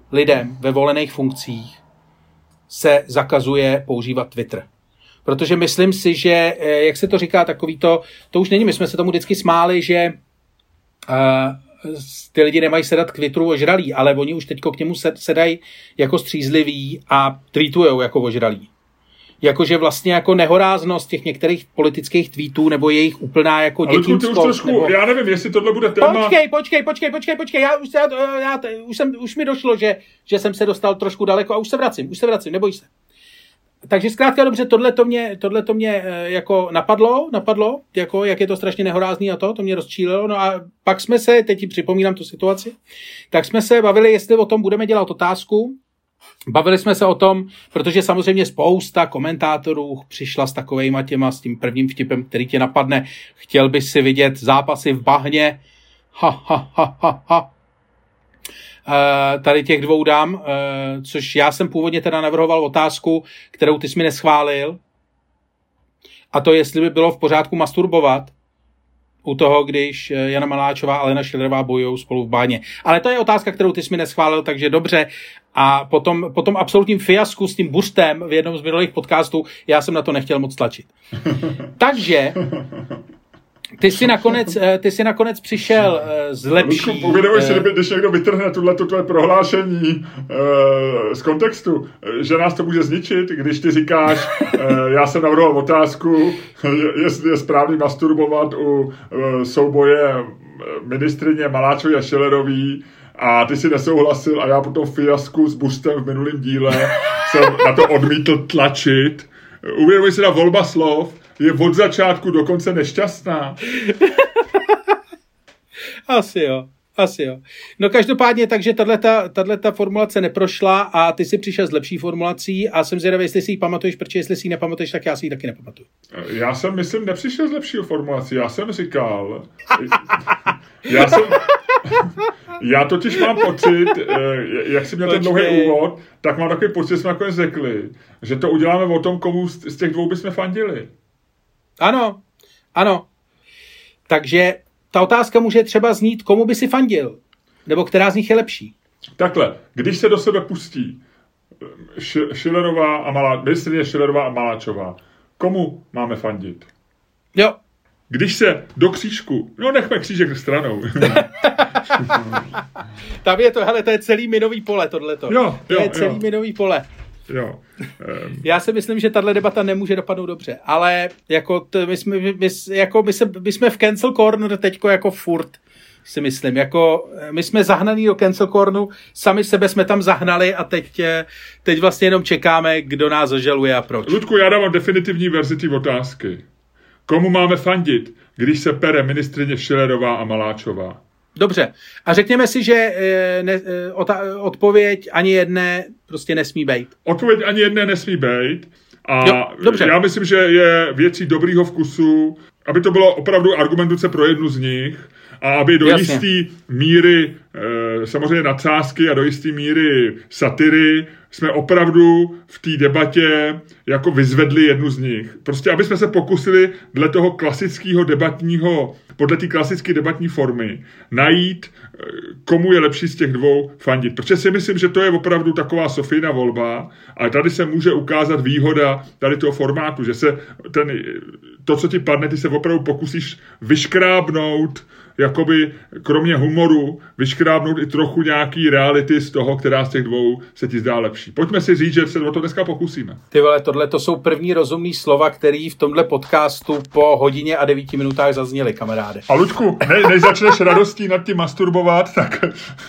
lidem ve volených funkcích se zakazuje používat Twitter. Protože myslím si, že, jak se to říká, takový to, to už není, my jsme se tomu vždycky smáli, že uh, ty lidi nemají sedat k Twitteru ožralí, ale oni už teďko k němu sedají jako střízliví a tweetujou jako ožralí. Jakože vlastně jako nehoráznost těch některých politických tweetů nebo jejich úplná jako dětinskost. Nebo... Já nevím, jestli tohle bude téma... Počkej, počkej, počkej, počkej, počkej, já už, já, já, už, jsem, už mi došlo, že, že jsem se dostal trošku daleko a už se vracím, už se vracím, neboj se. Takže zkrátka dobře, tohle to mě, tohle to mě jako napadlo, napadlo, jako jak je to strašně nehorázný a to, to mě rozčílilo. No a pak jsme se, teď ti připomínám tu situaci, tak jsme se bavili, jestli o tom budeme dělat otázku. Bavili jsme se o tom, protože samozřejmě spousta komentátorů přišla s takovejma těma, s tím prvním vtipem, který tě napadne. Chtěl bys si vidět zápasy v bahně. Ha, ha, ha, ha, ha. Uh, tady těch dvou dám, uh, což já jsem původně teda navrhoval otázku, kterou ty jsi mi neschválil. A to, jestli by bylo v pořádku masturbovat u toho, když Jana Maláčová a Alena Schillerová bojují spolu v báně. Ale to je otázka, kterou ty jsi mi neschválil, takže dobře. A potom, potom absolutním fiasku s tím buřtem v jednom z minulých podcastů, já jsem na to nechtěl moc tlačit. Takže ty jsi nakonec, ty jsi nakonec přišel z lepší... Luďku, uvědomuj si, když někdo vytrhne tuto tvoje prohlášení uh, z kontextu, že nás to může zničit, když ty říkáš, uh, já jsem navrhoval otázku, jestli je správný masturbovat u uh, souboje ministryně Maláčové a Schillerový, a ty si nesouhlasil a já po tom fiasku s buřtem v minulém díle jsem na to odmítl tlačit. Uvědomuj si, na volba slov je od začátku do konce nešťastná. Asi jo, asi jo. No každopádně, takže tato formulace neprošla a ty si přišel s lepší formulací a jsem zvědavý, jestli si ji pamatuješ, protože jestli si ji nepamatuješ, tak já si ji taky nepamatuju. Já jsem, myslím, nepřišel s lepší formulací. Já jsem říkal... Já jsem... Já totiž mám pocit, jak jsi měl ten dlouhý úvod, tak mám takový pocit, že jsme nakonec řekli, že to uděláme o tom, komu z těch dvou bychom fandili. Ano, ano. Takže ta otázka může třeba znít, komu by si fandil, nebo která z nich je lepší. Takhle, když se do sebe pustí Schillerová a Malá, ministryně Schillerová a Maláčová, komu máme fandit? Jo. Když se do křížku, no nechme křížek stranou. Tam je to, hele, to je celý minový pole, tohleto. Jo, jo, to je celý jo. minový pole. Jo. Um. Já si myslím, že tahle debata nemůže dopadnout dobře, ale jako, t, my, jsme, my, jako my, se, my jsme v cancel corner teďko jako furt, si myslím. Jako, my jsme zahnaný do cancel corneru, sami sebe jsme tam zahnali a teď, teď vlastně jenom čekáme, kdo nás zažaluje a proč. Ludku, já dávám definitivní verzi té otázky. Komu máme fandit, když se pere ministryně Schillerová a Maláčová? Dobře. A řekněme si, že ne, odpověď ani jedné prostě nesmí být. Odpověď ani jedné nesmí být. A jo, dobře. Já myslím, že je věcí dobrýho vkusu, aby to bylo opravdu argumentace pro jednu z nich a aby do Jasně. jisté míry, samozřejmě nadsázky a do jisté míry satiry jsme opravdu v té debatě jako vyzvedli jednu z nich. Prostě, aby jsme se pokusili dle toho klasického debatního, podle té klasické debatní formy najít, komu je lepší z těch dvou fandit. Protože si myslím, že to je opravdu taková Sofína volba, ale tady se může ukázat výhoda tady toho formátu, že se ten, to, co ti padne, ty se opravdu pokusíš vyškrábnout, jakoby kromě humoru, vyškrábnout i trochu nějaký reality z toho, která z těch dvou se ti zdá lepší. Pojďme si říct, že se o to dneska pokusíme. Ty vole, tohle to jsou první rozumný slova, který v tomhle podcastu po hodině a devíti minutách zazněly, kamaráde. A Luďku, ne, než začneš radostí nad tím masturbovat, tak,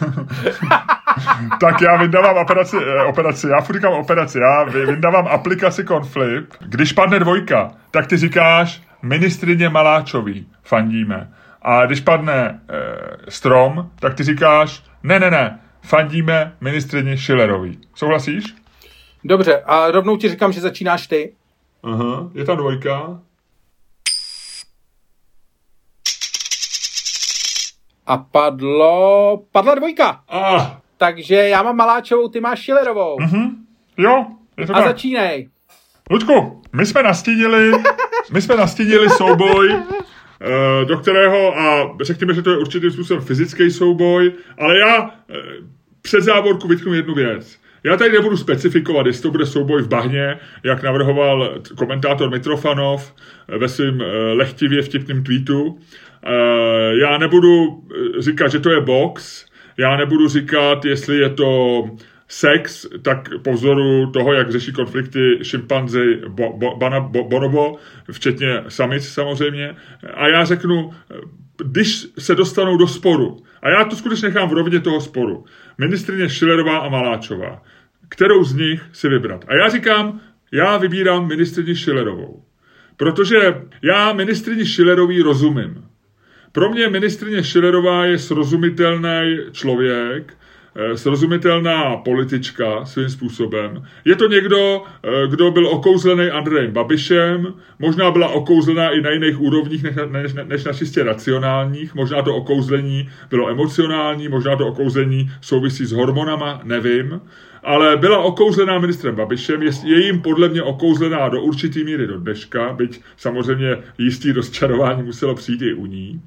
tak já vydávám operaci, operaci, já furt říkám operaci, já vydávám aplikaci Conflip. Když padne dvojka, tak ty říkáš ministryně Maláčový, fandíme. A když padne e, strom, tak ty říkáš, ne, ne, ne, fandíme ministryni Schillerový. Souhlasíš? Dobře, a rovnou ti říkám, že začínáš ty. Aha, je tam dvojka. A padlo, padla dvojka. Ah. Takže já mám Maláčovou, ty máš Schillerovou. Mhm, jo, je to a tak. začínej. Luďku, my jsme nastínili, my jsme nastínili souboj, do kterého, a řekněme, že to je určitým způsobem fyzický souboj, ale já před závorku vytknu jednu věc. Já tady nebudu specifikovat, jestli to bude souboj v bahně, jak navrhoval komentátor Mitrofanov ve svém lehtivě vtipném tweetu. Já nebudu říkat, že to je box, já nebudu říkat, jestli je to sex, tak po vzoru toho, jak řeší konflikty šimpanzi bo, bo, bana, bo, bonobo, včetně samic samozřejmě. A já řeknu, když se dostanou do sporu, a já to skutečně nechám v rovině toho sporu, ministryně Schillerová a Maláčová, kterou z nich si vybrat. A já říkám, já vybírám ministryni Schillerovou, protože já ministryni Schillerový rozumím. Pro mě ministryně Schillerová je srozumitelný člověk, srozumitelná politička svým způsobem. Je to někdo, kdo byl okouzlený Andrejem Babišem, možná byla okouzlená i na jiných úrovních než, než, než na čistě racionálních, možná to okouzlení bylo emocionální, možná to okouzlení souvisí s hormonama, nevím, ale byla okouzlená ministrem Babišem, je, je jim podle mě okouzlená do určitý míry do dneška, byť samozřejmě jistý rozčarování muselo přijít i u ní.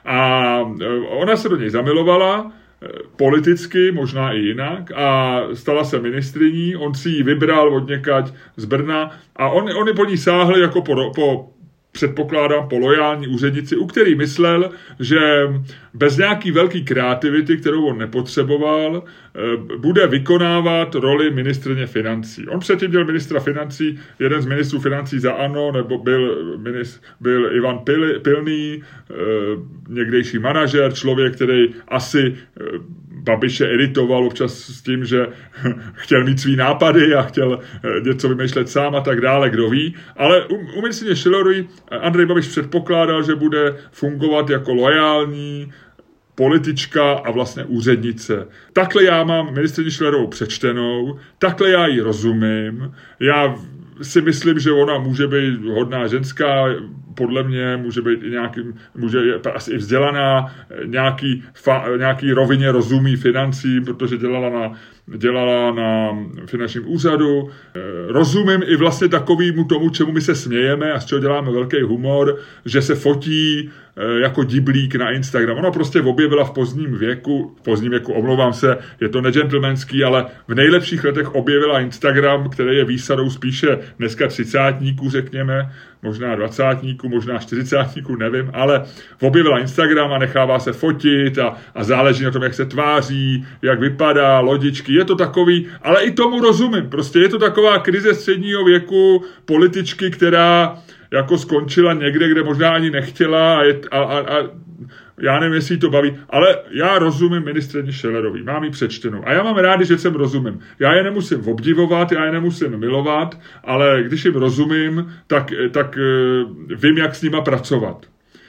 A ona se do něj zamilovala, politicky, možná i jinak, a stala se ministryní, on si ji vybral od někať z Brna a on, oni po ní sáhli jako po, po předpokládám po lojální úřednici, u který myslel, že bez nějaký velký kreativity, kterou on nepotřeboval, bude vykonávat roli ministryně financí. On předtím byl ministra financí, jeden z ministrů financí za ANO, nebo byl, ministr, byl Ivan Pil, Pilný, někdejší manažer, člověk, který asi Babiše iritoval občas s tím, že chtěl mít svý nápady a chtěl něco vymýšlet sám a tak dále, kdo ví. Ale u, u ministryně Schillerový Andrej Babiš předpokládal, že bude fungovat jako loajální politička a vlastně úřednice. Takhle já mám ministryni Schillerovou přečtenou, takhle já ji rozumím, já si myslím, že ona může být hodná ženská, podle mě může být i nějaký, může asi i vzdělaná, nějaký, fa, nějaký rovině rozumí financí, protože dělala na, dělala na finančním úřadu. Rozumím i vlastně takovýmu tomu, čemu my se smějeme a z čeho děláme velký humor, že se fotí jako diblík na Instagram. Ona prostě objevila v pozdním věku, v pozdním věku, omlouvám se, je to negentlemanský, ale v nejlepších letech objevila Instagram, který je výsadou spíše dneska třicátníků, řekněme, možná dvacátníků, možná čtyřicátníků, nevím, ale objevila Instagram a nechává se fotit a, a záleží na tom, jak se tváří, jak vypadá, lodičky, je to takový, ale i tomu rozumím, prostě je to taková krize středního věku političky, která jako skončila někde, kde možná ani nechtěla a, je, a, a, a já nevím, jestli to baví, ale já rozumím ministryni Schillerový, mám ji přečtenou a já mám rádi, že jsem rozumím. Já je nemusím obdivovat, já je nemusím milovat, ale když jim rozumím, tak, tak vím, jak s nima pracovat.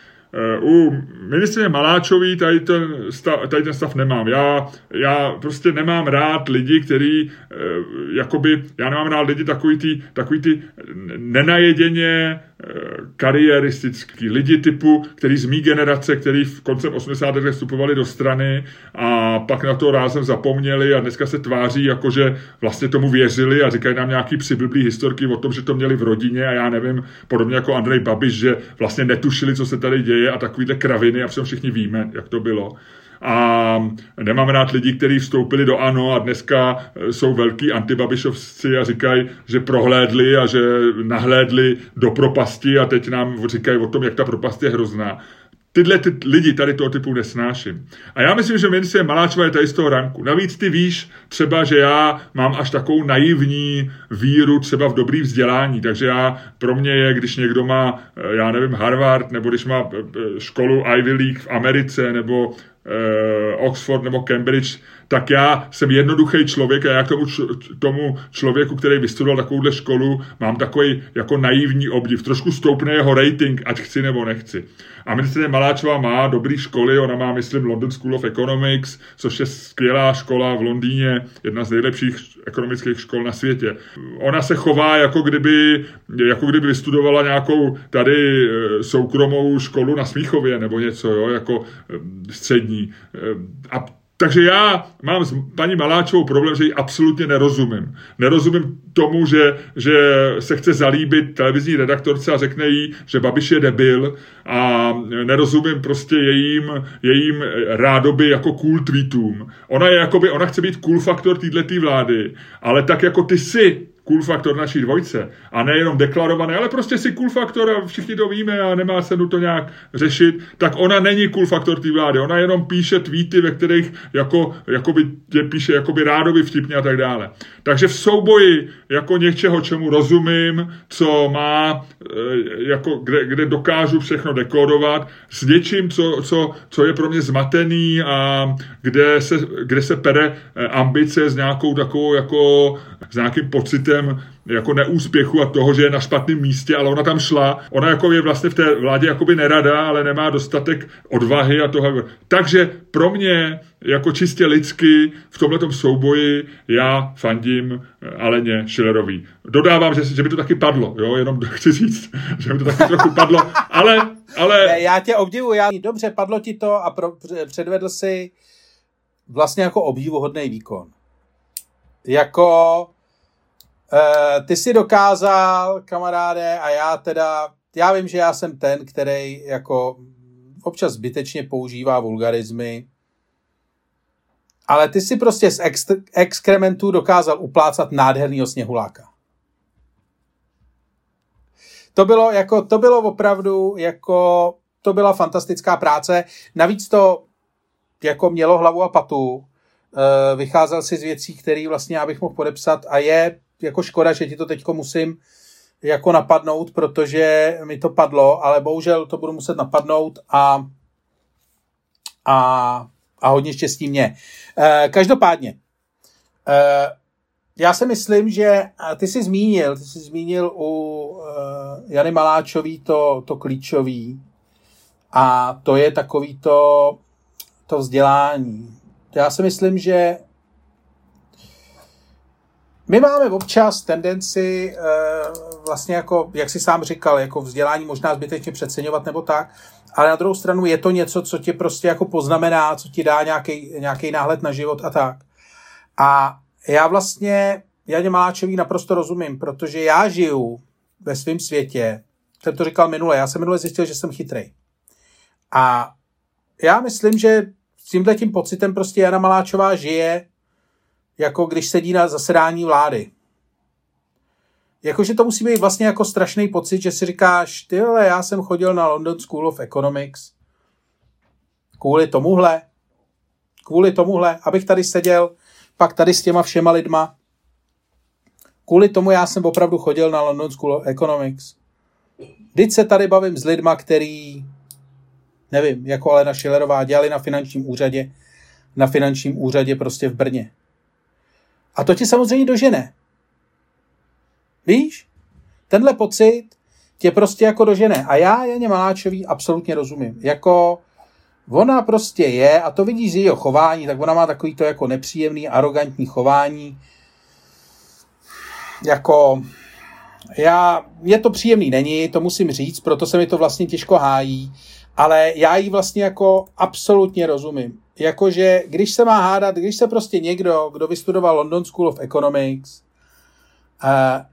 U ministryně Maláčový tady ten stav, tady ten stav nemám. Já, já prostě nemám rád lidi, který jakoby, já nemám rád lidi takový ty, takový ty nenajeděně kariéristický lidi typu, který z mý generace, který v koncem osmdesátých let vstupovali do strany a pak na to rázem zapomněli a dneska se tváří, jakože vlastně tomu věřili a říkají nám nějaký přiblblý historky o tom, že to měli v rodině a já nevím, podobně jako Andrej Babiš, že vlastně netušili, co se tady děje a takovýhle kraviny a všem všichni víme, jak to bylo. A nemám rád lidi, kteří vstoupili do ANO a dneska jsou velký antibabišovci a říkají, že prohlédli a že nahlédli do propasti a teď nám říkají o tom, jak ta propast je hrozná. Tyhle ty lidi tady toho typu nesnáším. A já myslím, že ministryně Maláčová je tady z toho ranku. Navíc ty víš třeba, že já mám až takovou naivní víru třeba v dobrý vzdělání, takže já, pro mě je, když někdo má, já nevím, Harvard, nebo když má školu Ivy League v Americe, nebo Oxford nebo Cambridge, tak já jsem jednoduchý člověk a já k tomu, tomu člověku, který vystudoval takovouhle školu, mám takový jako naivní obdiv. Trošku stoupne jeho rating, ať chci nebo nechci. A ministryně Maláčová má dobrý školy, ona má, myslím, London School of Economics, což je skvělá škola v Londýně, jedna z nejlepších ekonomických škol na světě. Ona se chová, jako kdyby, jako kdyby vystudovala nějakou tady soukromou školu na Smíchově nebo něco, jo, jako střední. A takže já mám s paní Maláčovou problém, že ji absolutně nerozumím. Nerozumím tomu, že, že se chce zalíbit televizní redaktorce a řekne jí, že Babiš je debil, a nerozumím prostě jejím, jejím rádoby jako cool tweetům. Ona je jakoby, ona chce být cool faktor téhletý vlády, ale tak jako ty jsi cool faktor naší dvojce a nejenom deklarované, ale prostě si cool faktor a všichni to víme a nemá se to nějak řešit, tak ona není cool faktor té vlády, ona jenom píše tweety, ve kterých jako, jakoby, je píše jakoby rádoby vtipně a tak dále. Takže v souboji jako něčeho, čemu rozumím, co má, jako, kde, kde dokážu všechno dekodovat, s něčím, co, co, co je pro mě zmatený a kde se, kde se pere ambice s nějakou takovou jako, s nějakým pocitem jako neúspěchu a toho, že je na špatném místě, ale ona tam šla. Ona jako je vlastně v té vládě jakoby nerada, ale nemá dostatek odvahy a toho. Takže pro mě jako čistě lidsky v tomhletom souboji já fandím Aleně Schillerový. Dodávám, že, že by to taky padlo, jo, jenom chci říct, že by to taky trochu padlo, ale, ale... Já tě obdivuji, já... dobře, padlo ti to a pro, předvedl si vlastně jako obdivuhodný výkon. Jako Uh, ty jsi dokázal, kamaráde, a já teda, já vím, že já jsem ten, který jako občas zbytečně používá vulgarizmy, ale ty si prostě z ex- exkrementů dokázal uplácat nádhernýho sněhuláka. To bylo jako, to bylo opravdu jako, to byla fantastická práce, navíc to jako mělo hlavu a patu, uh, vycházel si z věcí, které vlastně já bych mohl podepsat a je jako škoda, že ti to teďko musím jako napadnout, protože mi to padlo, ale bohužel to budu muset napadnout a, a, a hodně štěstí mě. E, každopádně, e, já si myslím, že ty jsi zmínil, ty jsi zmínil u e, Jany Maláčový to, to klíčový a to je takový to, to vzdělání. Já si myslím, že my máme občas tendenci vlastně jako, jak jsi sám říkal, jako vzdělání možná zbytečně přeceňovat nebo tak, ale na druhou stranu je to něco, co ti prostě jako poznamená, co ti dá nějaký, nějaký náhled na život a tak. A já vlastně Janě Maláčový naprosto rozumím, protože já žiju ve svém světě, jsem to říkal minule, já jsem minule zjistil, že jsem chytrej. A já myslím, že s tímhletím pocitem prostě Jana Maláčová žije, jako když sedí na zasedání vlády. Jakože to musí být vlastně jako strašný pocit, že si říkáš, ty vole, já jsem chodil na London School of Economics kvůli tomuhle, kvůli tomuhle, abych tady seděl, pak tady s těma všema lidma. Kvůli tomu já jsem opravdu chodil na London School of Economics. Vždyť se tady bavím s lidma, který, nevím, jako Alena Schillerová, dělali na finančním úřadě, na finančním úřadě prostě v Brně. A to ti samozřejmě dožene. Víš? Tenhle pocit tě prostě jako dožene. A já Janě Maláčový absolutně rozumím. Jako ona prostě je, a to vidíš z jejího chování, tak ona má takový to jako nepříjemný, arrogantní chování. Jako já, je to příjemný není, to musím říct, proto se mi to vlastně těžko hájí, ale já jí vlastně jako absolutně rozumím. Jakože, když se má hádat, když se prostě někdo, kdo vystudoval London School of Economics, uh,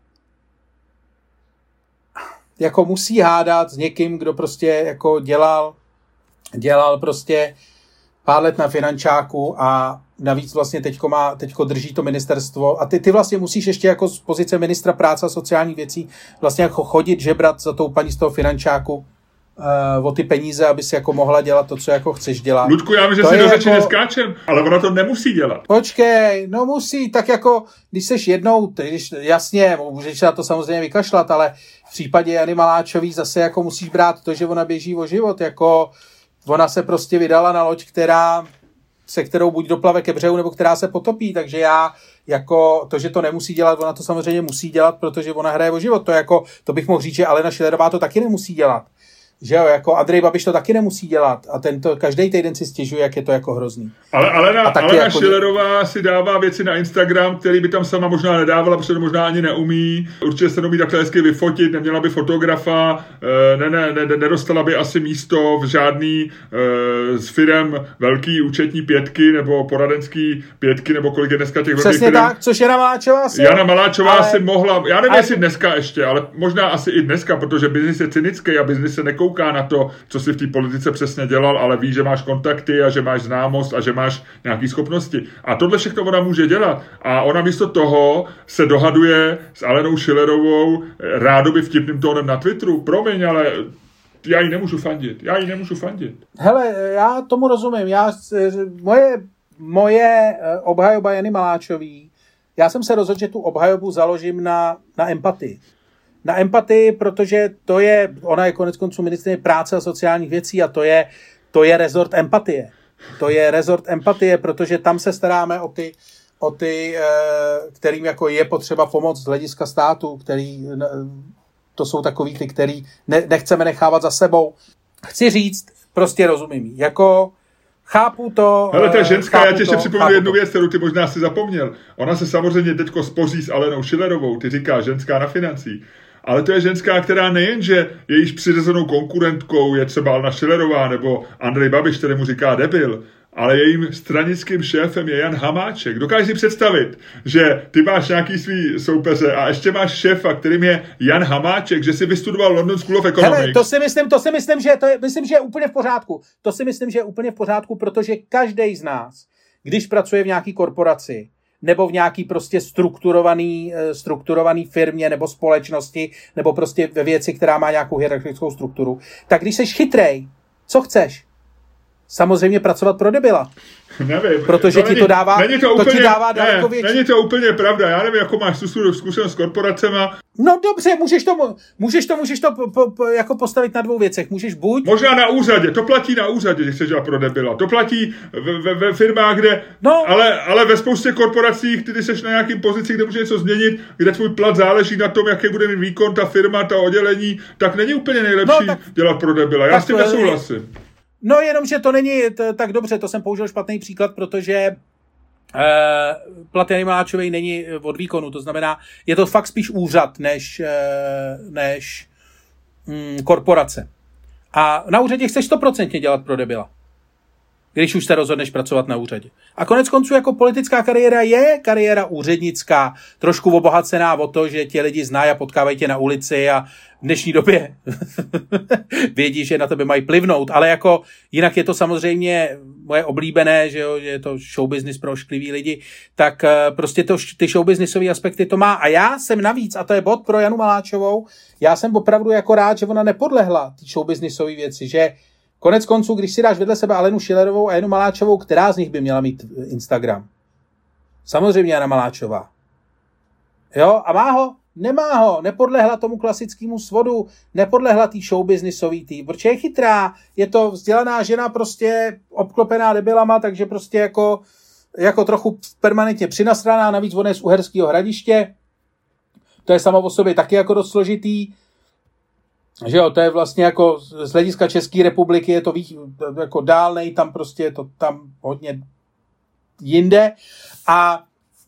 jako musí hádat s někým, kdo prostě jako dělal, dělal prostě pár let na finančáku a navíc vlastně teďko, má, teďko drží to ministerstvo a ty, ty vlastně musíš ještě jako z pozice ministra práce a sociálních věcí vlastně jako chodit, žebrat za tou paní z toho finančáku Uh, o ty peníze, aby si jako mohla dělat to, co jako chceš dělat. Ludku, já vím, že to si do řeči jako neskáčem, ale ona to nemusí dělat. Počkej, no musí, tak jako, když seš jednou, když, jasně, můžeš na to samozřejmě vykašlat, ale v případě Jany Maláčový zase jako musíš brát to, že ona běží o život, jako ona se prostě vydala na loď, která, se kterou buď doplave ke břehu, nebo která se potopí, takže já jako to, že to nemusí dělat, ona to samozřejmě musí dělat, protože ona hraje o život, to jako, to bych mohl říct, že Alena Schillerová to taky nemusí dělat. Že jo, jako Andrej Babiš to taky nemusí dělat a tento každý týden si stěžuje, jak je to jako hrozný. Ale Alena, Alena jako... Schillerová si dává věci na Instagram, který by tam sama možná nedávala, protože to možná ani neumí. Určitě se neumí takhle hezky vyfotit, neměla by fotografa, ne, ne, ne, nedostala by asi místo v žádný e, s firem velký účetní pětky nebo poradenský pětky, nebo kolik je dneska těch velkých firem. Přesně tak, což Jana Maláčová asi. Jana Maláčová ale... si mohla, já nevím, ale... jestli dneska ještě, ale možná asi i dneska, protože biznis je cynický a biznis se nekouká na to, co si v té politice přesně dělal, ale ví, že máš kontakty a že máš známost a že máš nějaké schopnosti. A tohle všechno ona může dělat. A ona místo toho se dohaduje s Alenou Schillerovou rádoby vtipným tónem na Twitteru. Promiň, ale já jí nemůžu fandit. Já jí nemůžu fandit. Hele, já tomu rozumím. Já, moje, moje obhajoba Jany Maláčový, já jsem se rozhodl, že tu obhajobu založím na, na empatii. Na empatii, protože to je, ona je konec konců ministryně práce a sociálních věcí a to je, to je rezort empatie. To je rezort empatie, protože tam se staráme o ty, o ty, kterým jako je potřeba pomoct z hlediska státu, který, to jsou takový ty, který ne, nechceme nechávat za sebou. Chci říct, prostě rozumím. Jako chápu to. Hele, ta ženská, já ti ještě připomenu jednu to. věc, kterou ty možná si zapomněl. Ona se samozřejmě teďko spoří s Alenou Schillerovou, ty říká ženská na financích. Ale to je ženská, která nejenže jejíž přirozenou konkurentkou je třeba Alena Schillerová nebo Andrej Babiš, kterému říká debil, ale jejím stranickým šéfem je Jan Hamáček. Dokážeš si představit, že ty máš nějaký svý soupeře a ještě máš šéfa, kterým je Jan Hamáček, že si vystudoval London School of Economics. Hele, to si myslím, to si myslím, že to je, myslím, že je úplně v pořádku. To si myslím, že je úplně v pořádku, protože každý z nás, když pracuje v nějaký korporaci, nebo v nějaký prostě strukturovaný, strukturovaný firmě nebo společnosti, nebo prostě ve věci, která má nějakou hierarchickou strukturu, tak když seš chytrej, co chceš? Samozřejmě pracovat pro debila. Nevím. Protože to ti není, to dává, není to, to úplně, ti dává daleko ne, větší. Není to úplně pravda. Já nevím, jako máš zkušenost s korporacema. No dobře, můžeš to, můžeš to, můžeš to po, po, jako postavit na dvou věcech. Můžeš buď... Možná na úřadě. To platí na úřadě, že chceš dělat pro debila. To platí ve, ve, ve firmách, kde... No. Ale, ale ve spoustě korporacích, ty jsi na nějakým pozici, kde může něco změnit, kde tvůj plat záleží na tom, jaký bude mít výkon ta firma, ta oddělení, tak není úplně nejlepší no, tak, dělat pro debila. Já s tím nesouhlasím. No jenom, že to není t- tak dobře, to jsem použil špatný příklad, protože e, plat Jany Maláčové není od výkonu, to znamená, je to fakt spíš úřad než, e, než mm, korporace. A na úřadě chceš stoprocentně dělat pro debila, když už se rozhodneš pracovat na úřadě. A konec konců jako politická kariéra je kariéra úřednická, trošku obohacená o to, že tě lidi znají a potkávají tě na ulici a v dnešní době vědí, že na tebe mají plivnout, ale jako jinak je to samozřejmě moje oblíbené, že, jo, že je to showbusiness pro ošklivý lidi, tak prostě to, ty showbusinessové aspekty to má. A já jsem navíc, a to je bod pro Janu Maláčovou, já jsem opravdu jako rád, že ona nepodlehla ty showbusinessové věci, že konec konců, když si dáš vedle sebe Alenu Schillerovou a Janu Maláčovou, která z nich by měla mít Instagram? Samozřejmě Jana Maláčová. Jo, a má ho? Nemá ho. Nepodlehla tomu klasickému svodu, nepodlehla tý showbusinessový tý, protože je chytrá, je to vzdělaná žena prostě obklopená debilama, takže prostě jako, jako trochu permanentně přinasraná, navíc ona je z Uherského Hradiště, to je samo o sobě taky jako dost složitý. Že jo, to je vlastně jako z hlediska České republiky je to vý, jako dálnej, tam prostě je to tam hodně jinde a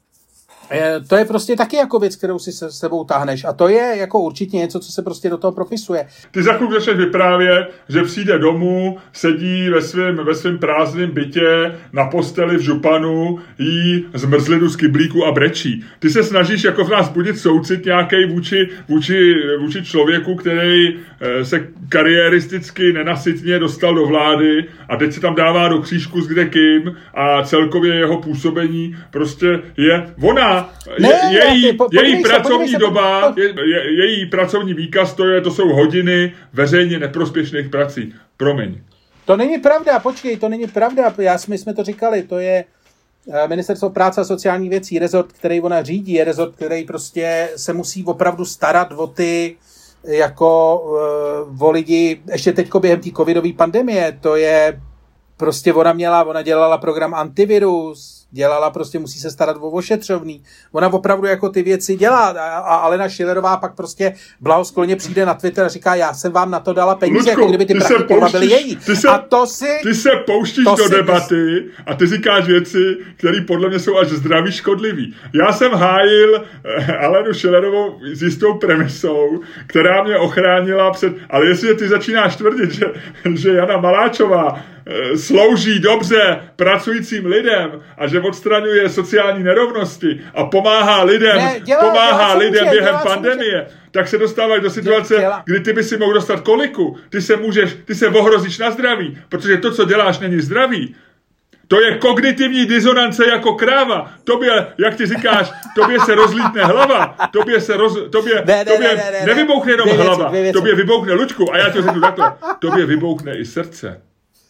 to je prostě taky jako věc, kterou si se sebou táhneš a to je jako určitě něco, co se prostě do toho propisuje. Ty za chvíli začneš vyprávět, že přijde domů, sedí ve svém ve svém prázdném bytě na posteli v županu, jí zmrzlinu z kyblíku a brečí. Ty se snažíš jako v nás budit soucit nějaký vůči, vůči, vůči člověku, který se kariéristicky nenasytně dostal do vlády a teď se tam dává do křížku s kdekým a celkově jeho působení prostě je ona. Ne, je, její ne, po, její se, pracovní se, doba, po, je, je, její pracovní výkaz, to, je, to jsou hodiny veřejně neprospěšných prací. Promiň. To není pravda, počkej, to není pravda. Já, my jsme to říkali, to je Ministerstvo práce a sociálních věcí, rezort, který ona řídí, je rezort, který prostě se musí opravdu starat o ty jako o lidi, ještě teďko během té covidové pandemie, to je prostě ona měla, ona dělala program antivirus, dělala, prostě musí se starat o ošetřovný. Ona opravdu jako ty věci dělá a, a Alena Schillerová pak prostě blahoskloně přijde na Twitter a říká, já jsem vám na to dala peníze, Luďku, jako kdyby ty prachy byly její. Ty se, a to si... Ty se pouštíš do debaty a ty říkáš věci, které podle mě jsou až zdraví škodlivý. Já jsem hájil Alenu Schillerovou s jistou premisou, která mě ochránila před... Ale jestli ty začínáš tvrdit, že, že Jana Maláčová slouží dobře pracujícím lidem a že odstraňuje sociální nerovnosti a pomáhá lidem, ne, dělá, pomáhá dělá, lidem může, během dělá, pandemie, tak se dostávají do situace, dělá. Kdy ty by si mohl dostat koliku. Ty se můžeš, ty se ohrozíš na zdraví, protože to, co děláš, není zdraví. To je kognitivní disonance jako kráva. Tobě, jak ty říkáš, tobě se rozlítne hlava, tobě se roz, tobě, ne, ne, tobě ne, ne, ne, nevybouchne jenom věci, hlava, tobě vybouchne, Luďku, a já ti řeknu takhle, tobě vybouchne i srdce.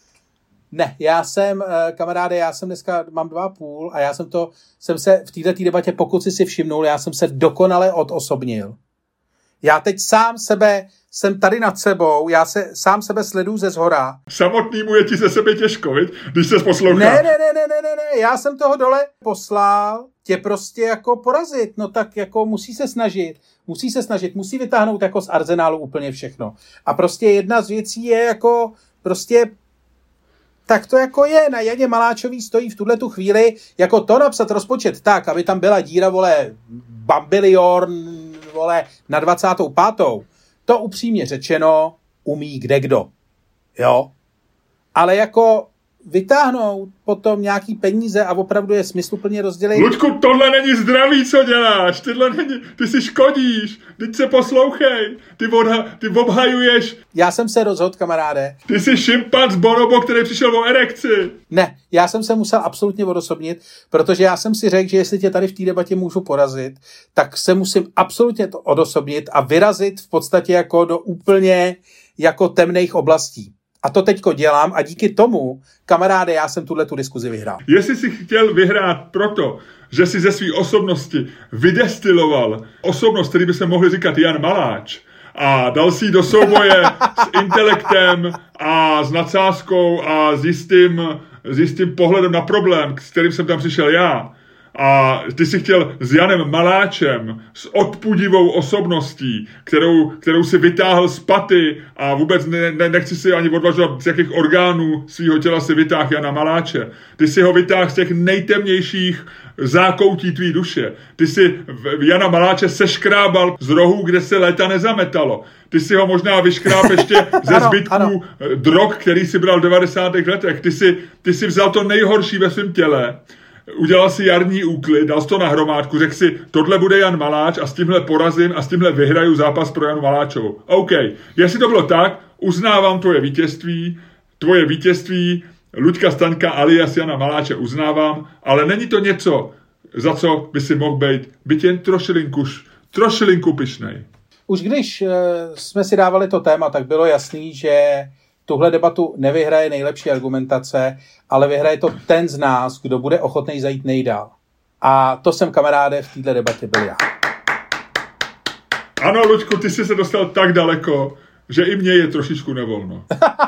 Ne, já jsem, kamaráde, já jsem dneska, mám dva a půl a já jsem to, jsem se v této debatě, pokud si si všimnul, já jsem se dokonale odosobnil. Já teď sám sebe, jsem tady nad sebou, já se sám sebe sleduju ze zhora. Samotnýmu je ti ze sebe těžko, viď? Když ses poslouchá. Ne, ne, ne, ne, ne, ne, já jsem toho dole poslal tě prostě jako porazit, no tak jako musí se snažit, musí se snažit, musí vytáhnout jako z arzenálu úplně všechno. A prostě jedna z věcí je jako prostě tak to jako je, na Janě Maláčový stojí v tuhletu chvíli, jako to napsat rozpočet tak, aby tam byla díra, vole, bambilion, vole, na dvacátou pátou To upřímně řečeno umí kdekdo, jo. Ale jako vytáhnout potom nějaký peníze a opravdu je smysluplně rozdělit. Luďku, tohle není zdravý, co děláš. Tyhle není, ty si škodíš. Teď se poslouchej. Ty, odha, ty obhajuješ. Já jsem se rozhodl, kamaráde. Ty jsi šimpanz bonobo, který přišel o erekci. Ne, já jsem se musel absolutně odosobnit, protože já jsem si řekl, že jestli tě tady v té debatě můžu porazit, tak se musím absolutně to odosobnit a vyrazit v podstatě jako do úplně jako temných oblastí. A to teďko dělám a díky tomu, kamaráde, já jsem tuhle tu diskuzi vyhrál. Jestli jsi chtěl vyhrát proto, že si ze své osobnosti vydestiloval osobnost, který by se mohli říkat Jan Maláč, a dal si do souboje s intelektem a s nadsázkou a s jistým, s jistým pohledem na problém, s kterým jsem tam přišel já, a ty si chtěl s Janem Maláčem, s odpudivou osobností, kterou, kterou si vytáhl z paty a vůbec ne, ne, nechci si ani odvažovat, z jakých orgánů svýho těla si vytáhl Jana Maláče. Ty si ho vytáhl z těch nejtemnějších zákoutí tvý duše. Ty si Jana Maláče seškrábal z rohů, kde se léta nezametalo. Ty si ho možná vyškráp ještě ze zbytků ano, ano. drog, který si bral v devadesátých letech. Ty si, ty si vzal to nejhorší ve svém těle, udělal si jarní úklid, dal to na hromádku, řekl si, tohle bude Jan Maláč a s tímhle porazím a s tímhle vyhraju zápas pro Janu Maláčovou. OK, jestli to bylo tak, uznávám tvoje vítězství, tvoje vítězství, Luďka Staňka alias Jana Maláče uznávám, ale není to něco, za co by si mohl být, byť jen trošilinku, trošilinku pyšnej. Už když uh, jsme si dávali to téma, tak bylo jasný, že tuhle debatu nevyhraje nejlepší argumentace, ale vyhraje to ten z nás, kdo bude ochotný zajít nejdál. A to jsem, kamaráde, v této debatě byl já. Ano, Luďku, ty jsi se dostal tak daleko, že i mně je trošičku nevolno.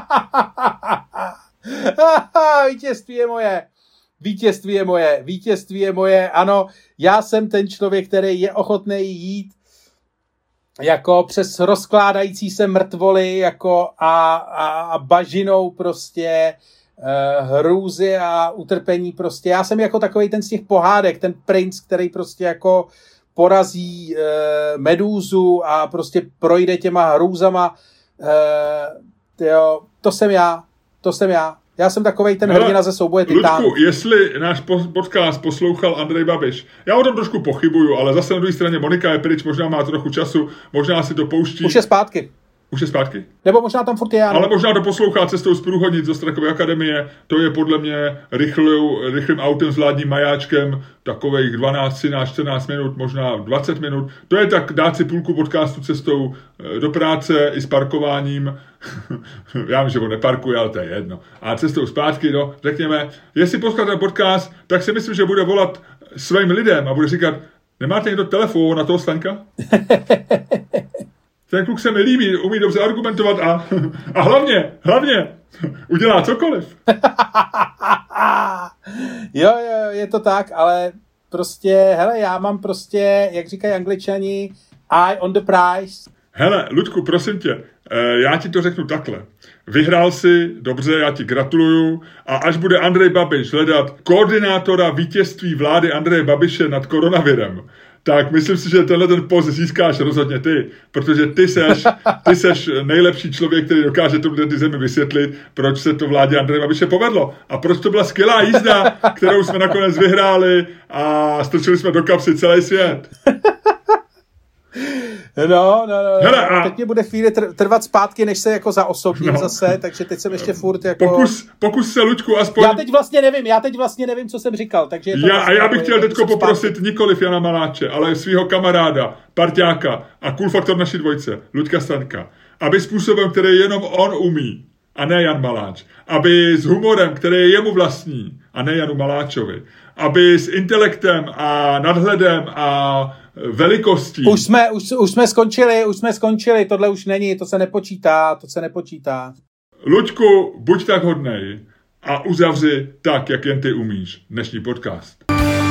Vítězství je moje. Vítězství je moje. Vítězství je moje. Ano, já jsem ten člověk, který je ochotný jít jako přes rozkládající se mrtvoly jako a, a, a bažinou prostě e, hrůzy a utrpení prostě. Já jsem jako takovej ten z těch pohádek, ten princ, který prostě jako porazí e, medúzu a prostě projde těma hrůzama. E, jo, to jsem já. To jsem já. Já jsem takovej ten hrdina ze souboje titánů. Luďku, jestli náš podcast poslouchal Andrej Babiš, já o tom trošku pochybuju, ale zase na druhé straně Monika je pryč, možná má trochu času, možná si to pouští. Už je zpátky. Už je zpátky? Nebo možná tam furt je, ano. Ale možná to poslouchá cestou z Průhodnic do Strakové akademie, to je podle mě rychlou, rychlým autem s vládním majáčkem, takových dvanáct, třináct, čtrnáct minut, možná dvacet minut. To je tak dát si půlku podcastu cestou do práce i s parkováním. Já vím, že ho neparkuje, ale to je jedno. A cestou zpátky, no, řekněme, jestli posloucháte ten podcast, tak si myslím, že bude volat svým lidem a bude říkat, nemáte někdo telefon na toho Staňka? Ten kluk se mi líbí, umí dobře argumentovat a, a hlavně, hlavně udělá cokoliv. Jo, jo, je to tak, ale prostě, hele, já mám prostě, jak říkají Angličani, eye on the prize. Hele, Luďku, prosím tě, já ti to řeknu takhle. Vyhrál si, dobře, já ti gratuluju a až bude Andrej Babiš hledat koordinátora vítězství vlády Andreje Babiše nad koronavirem, tak myslím si, že tenhle ten post získáš rozhodně ty, protože ty seš, ty seš nejlepší člověk, který dokáže tuhle zemi vysvětlit, proč se to vládě Andreje Babiše povedlo a proč to byla skvělá jízda, kterou jsme nakonec vyhráli a strčili jsme do kapsy celý svět. No, no, no. Hele, a... teď mě bude chvíli trvat zpátky, než se jako zaosobním no. zase, takže teď jsem ještě furt jako... Pokus, pokus se, Luďku, aspoň... Já teď vlastně nevím, já teď vlastně nevím, co jsem říkal, takže... Je to já, vlastně a já bych jako, chtěl teďko poprosit zpátky. nikoliv Jana Maláče, ale svého kamaráda, parťáka a cool faktor naší dvojce, Luďka Staňka, aby způsobem, který jenom on umí, a ne Jan Maláč, aby s humorem, který je jemu vlastní, a ne Janu Maláčovi, aby s intelektem a nadhledem a velikostí. Už jsme, už, už jsme skončili, už jsme skončili, tohle už není, to se nepočítá, to se nepočítá. Luďku, buď tak hodnej a uzavři tak, jak jen ty umíš, dnešní podcast.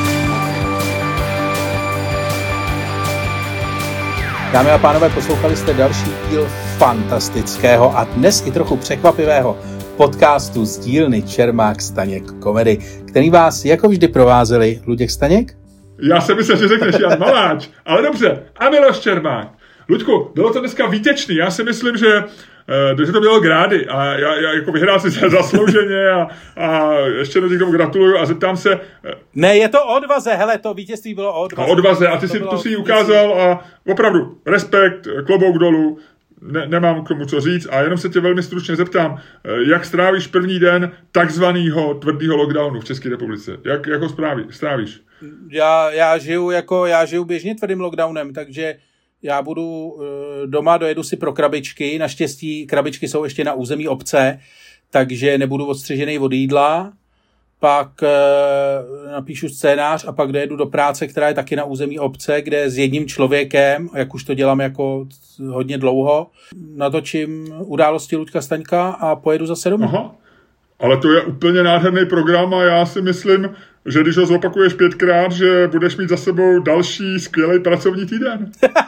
Dámy a pánové, poslouchali jste další díl fantastického a dnes i trochu překvapivého podcastu z dílny Čermák Staněk Komedy, který vás jako vždy provázeli Luděk Staněk. Já jsem myslel, že řekneš Jan Maláč, ale dobře, a Miloš Čermák. Luďku, bylo to dneska výtečný, já si myslím, že, že to bylo grády a já, já jako vyhrál si se zaslouženě a, a ještě jednou někomu gratuluju a zeptám se... Ne, je to o odvaze, hele, to vítězství bylo o odvaze. O odvaze a ty to si to si ukázal a opravdu respekt, klobouk dolů, ne, nemám k tomu co říct a jenom se tě velmi stručně zeptám, jak strávíš první den takzvanýho tvrdého lockdownu v České republice? Jak, jak ho stráví, strávíš? Já, já, žiju jako, já žiju běžně tvrdým lockdownem, takže já budu doma, dojedu si pro krabičky, naštěstí krabičky jsou ještě na území obce, takže nebudu odstřižený od jídla, pak napíšu scénář a pak dojedu do práce, která je taky na území obce, kde s jedním člověkem, jak už to dělám jako hodně dlouho, natočím Události Luďka Staňka a pojedu zase domů. Aha, ale to je úplně nádherný program a já si myslím, že když ho zopakuješ pětkrát, že budeš mít za sebou další skvělý pracovní týden.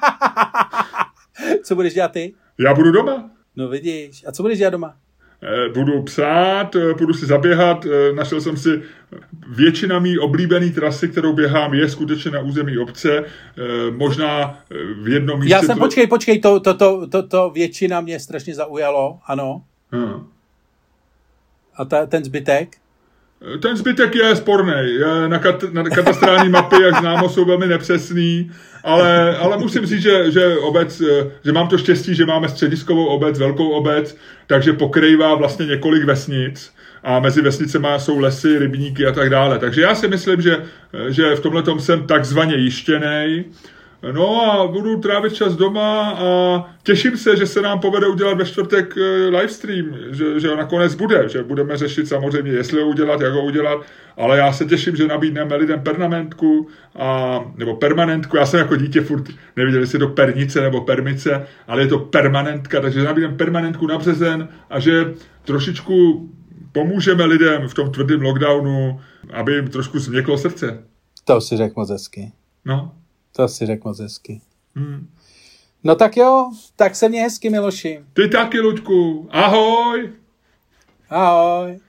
Co budeš dělat ty? Já budu doma. No vidíš. A co budeš dělat doma? Budu psát, budu si zaběhat, našel jsem si většina mý oblíbený trasy, kterou běhám, je skutečně na území obce, možná v jednom místě... Já jsem, to... počkej, počkej, to, to, to, to, to většina mě strašně zaujalo, ano. Hmm. A ta, ten zbytek? Ten zbytek je sporný. Je na, kat, na katastrální mapy, jak známo, jsou velmi nepřesný, ale, ale musím říct, že, že obec, že mám to štěstí, že máme střediskovou obec, velkou obec, takže pokrývá vlastně několik vesnic a mezi vesnicemi jsou lesy, rybníky a tak dále. Takže já si myslím, že, že v tomhletom jsem takzvaně jištěnej. No a budu trávit čas doma a těším se, že se nám povede udělat ve čtvrtek livestream, že, že nakonec bude, že budeme řešit samozřejmě, jestli ho udělat, jak ho udělat, ale já se těším, že nabídneme lidem permanentku, a, nebo permanentku, já jsem jako dítě furt nevěděl, jestli je to pernice nebo permice, ale je to permanentka, takže nabídeme permanentku na březen a že trošičku pomůžeme lidem v tom tvrdém lockdownu, aby jim trošku změklo srdce. To si řekl moc hezky. No. To si řekl moc hezky. Hmm. No tak jo, tak se mě hezky, Miloši. Ty taky, Luďku. Ahoj. Ahoj.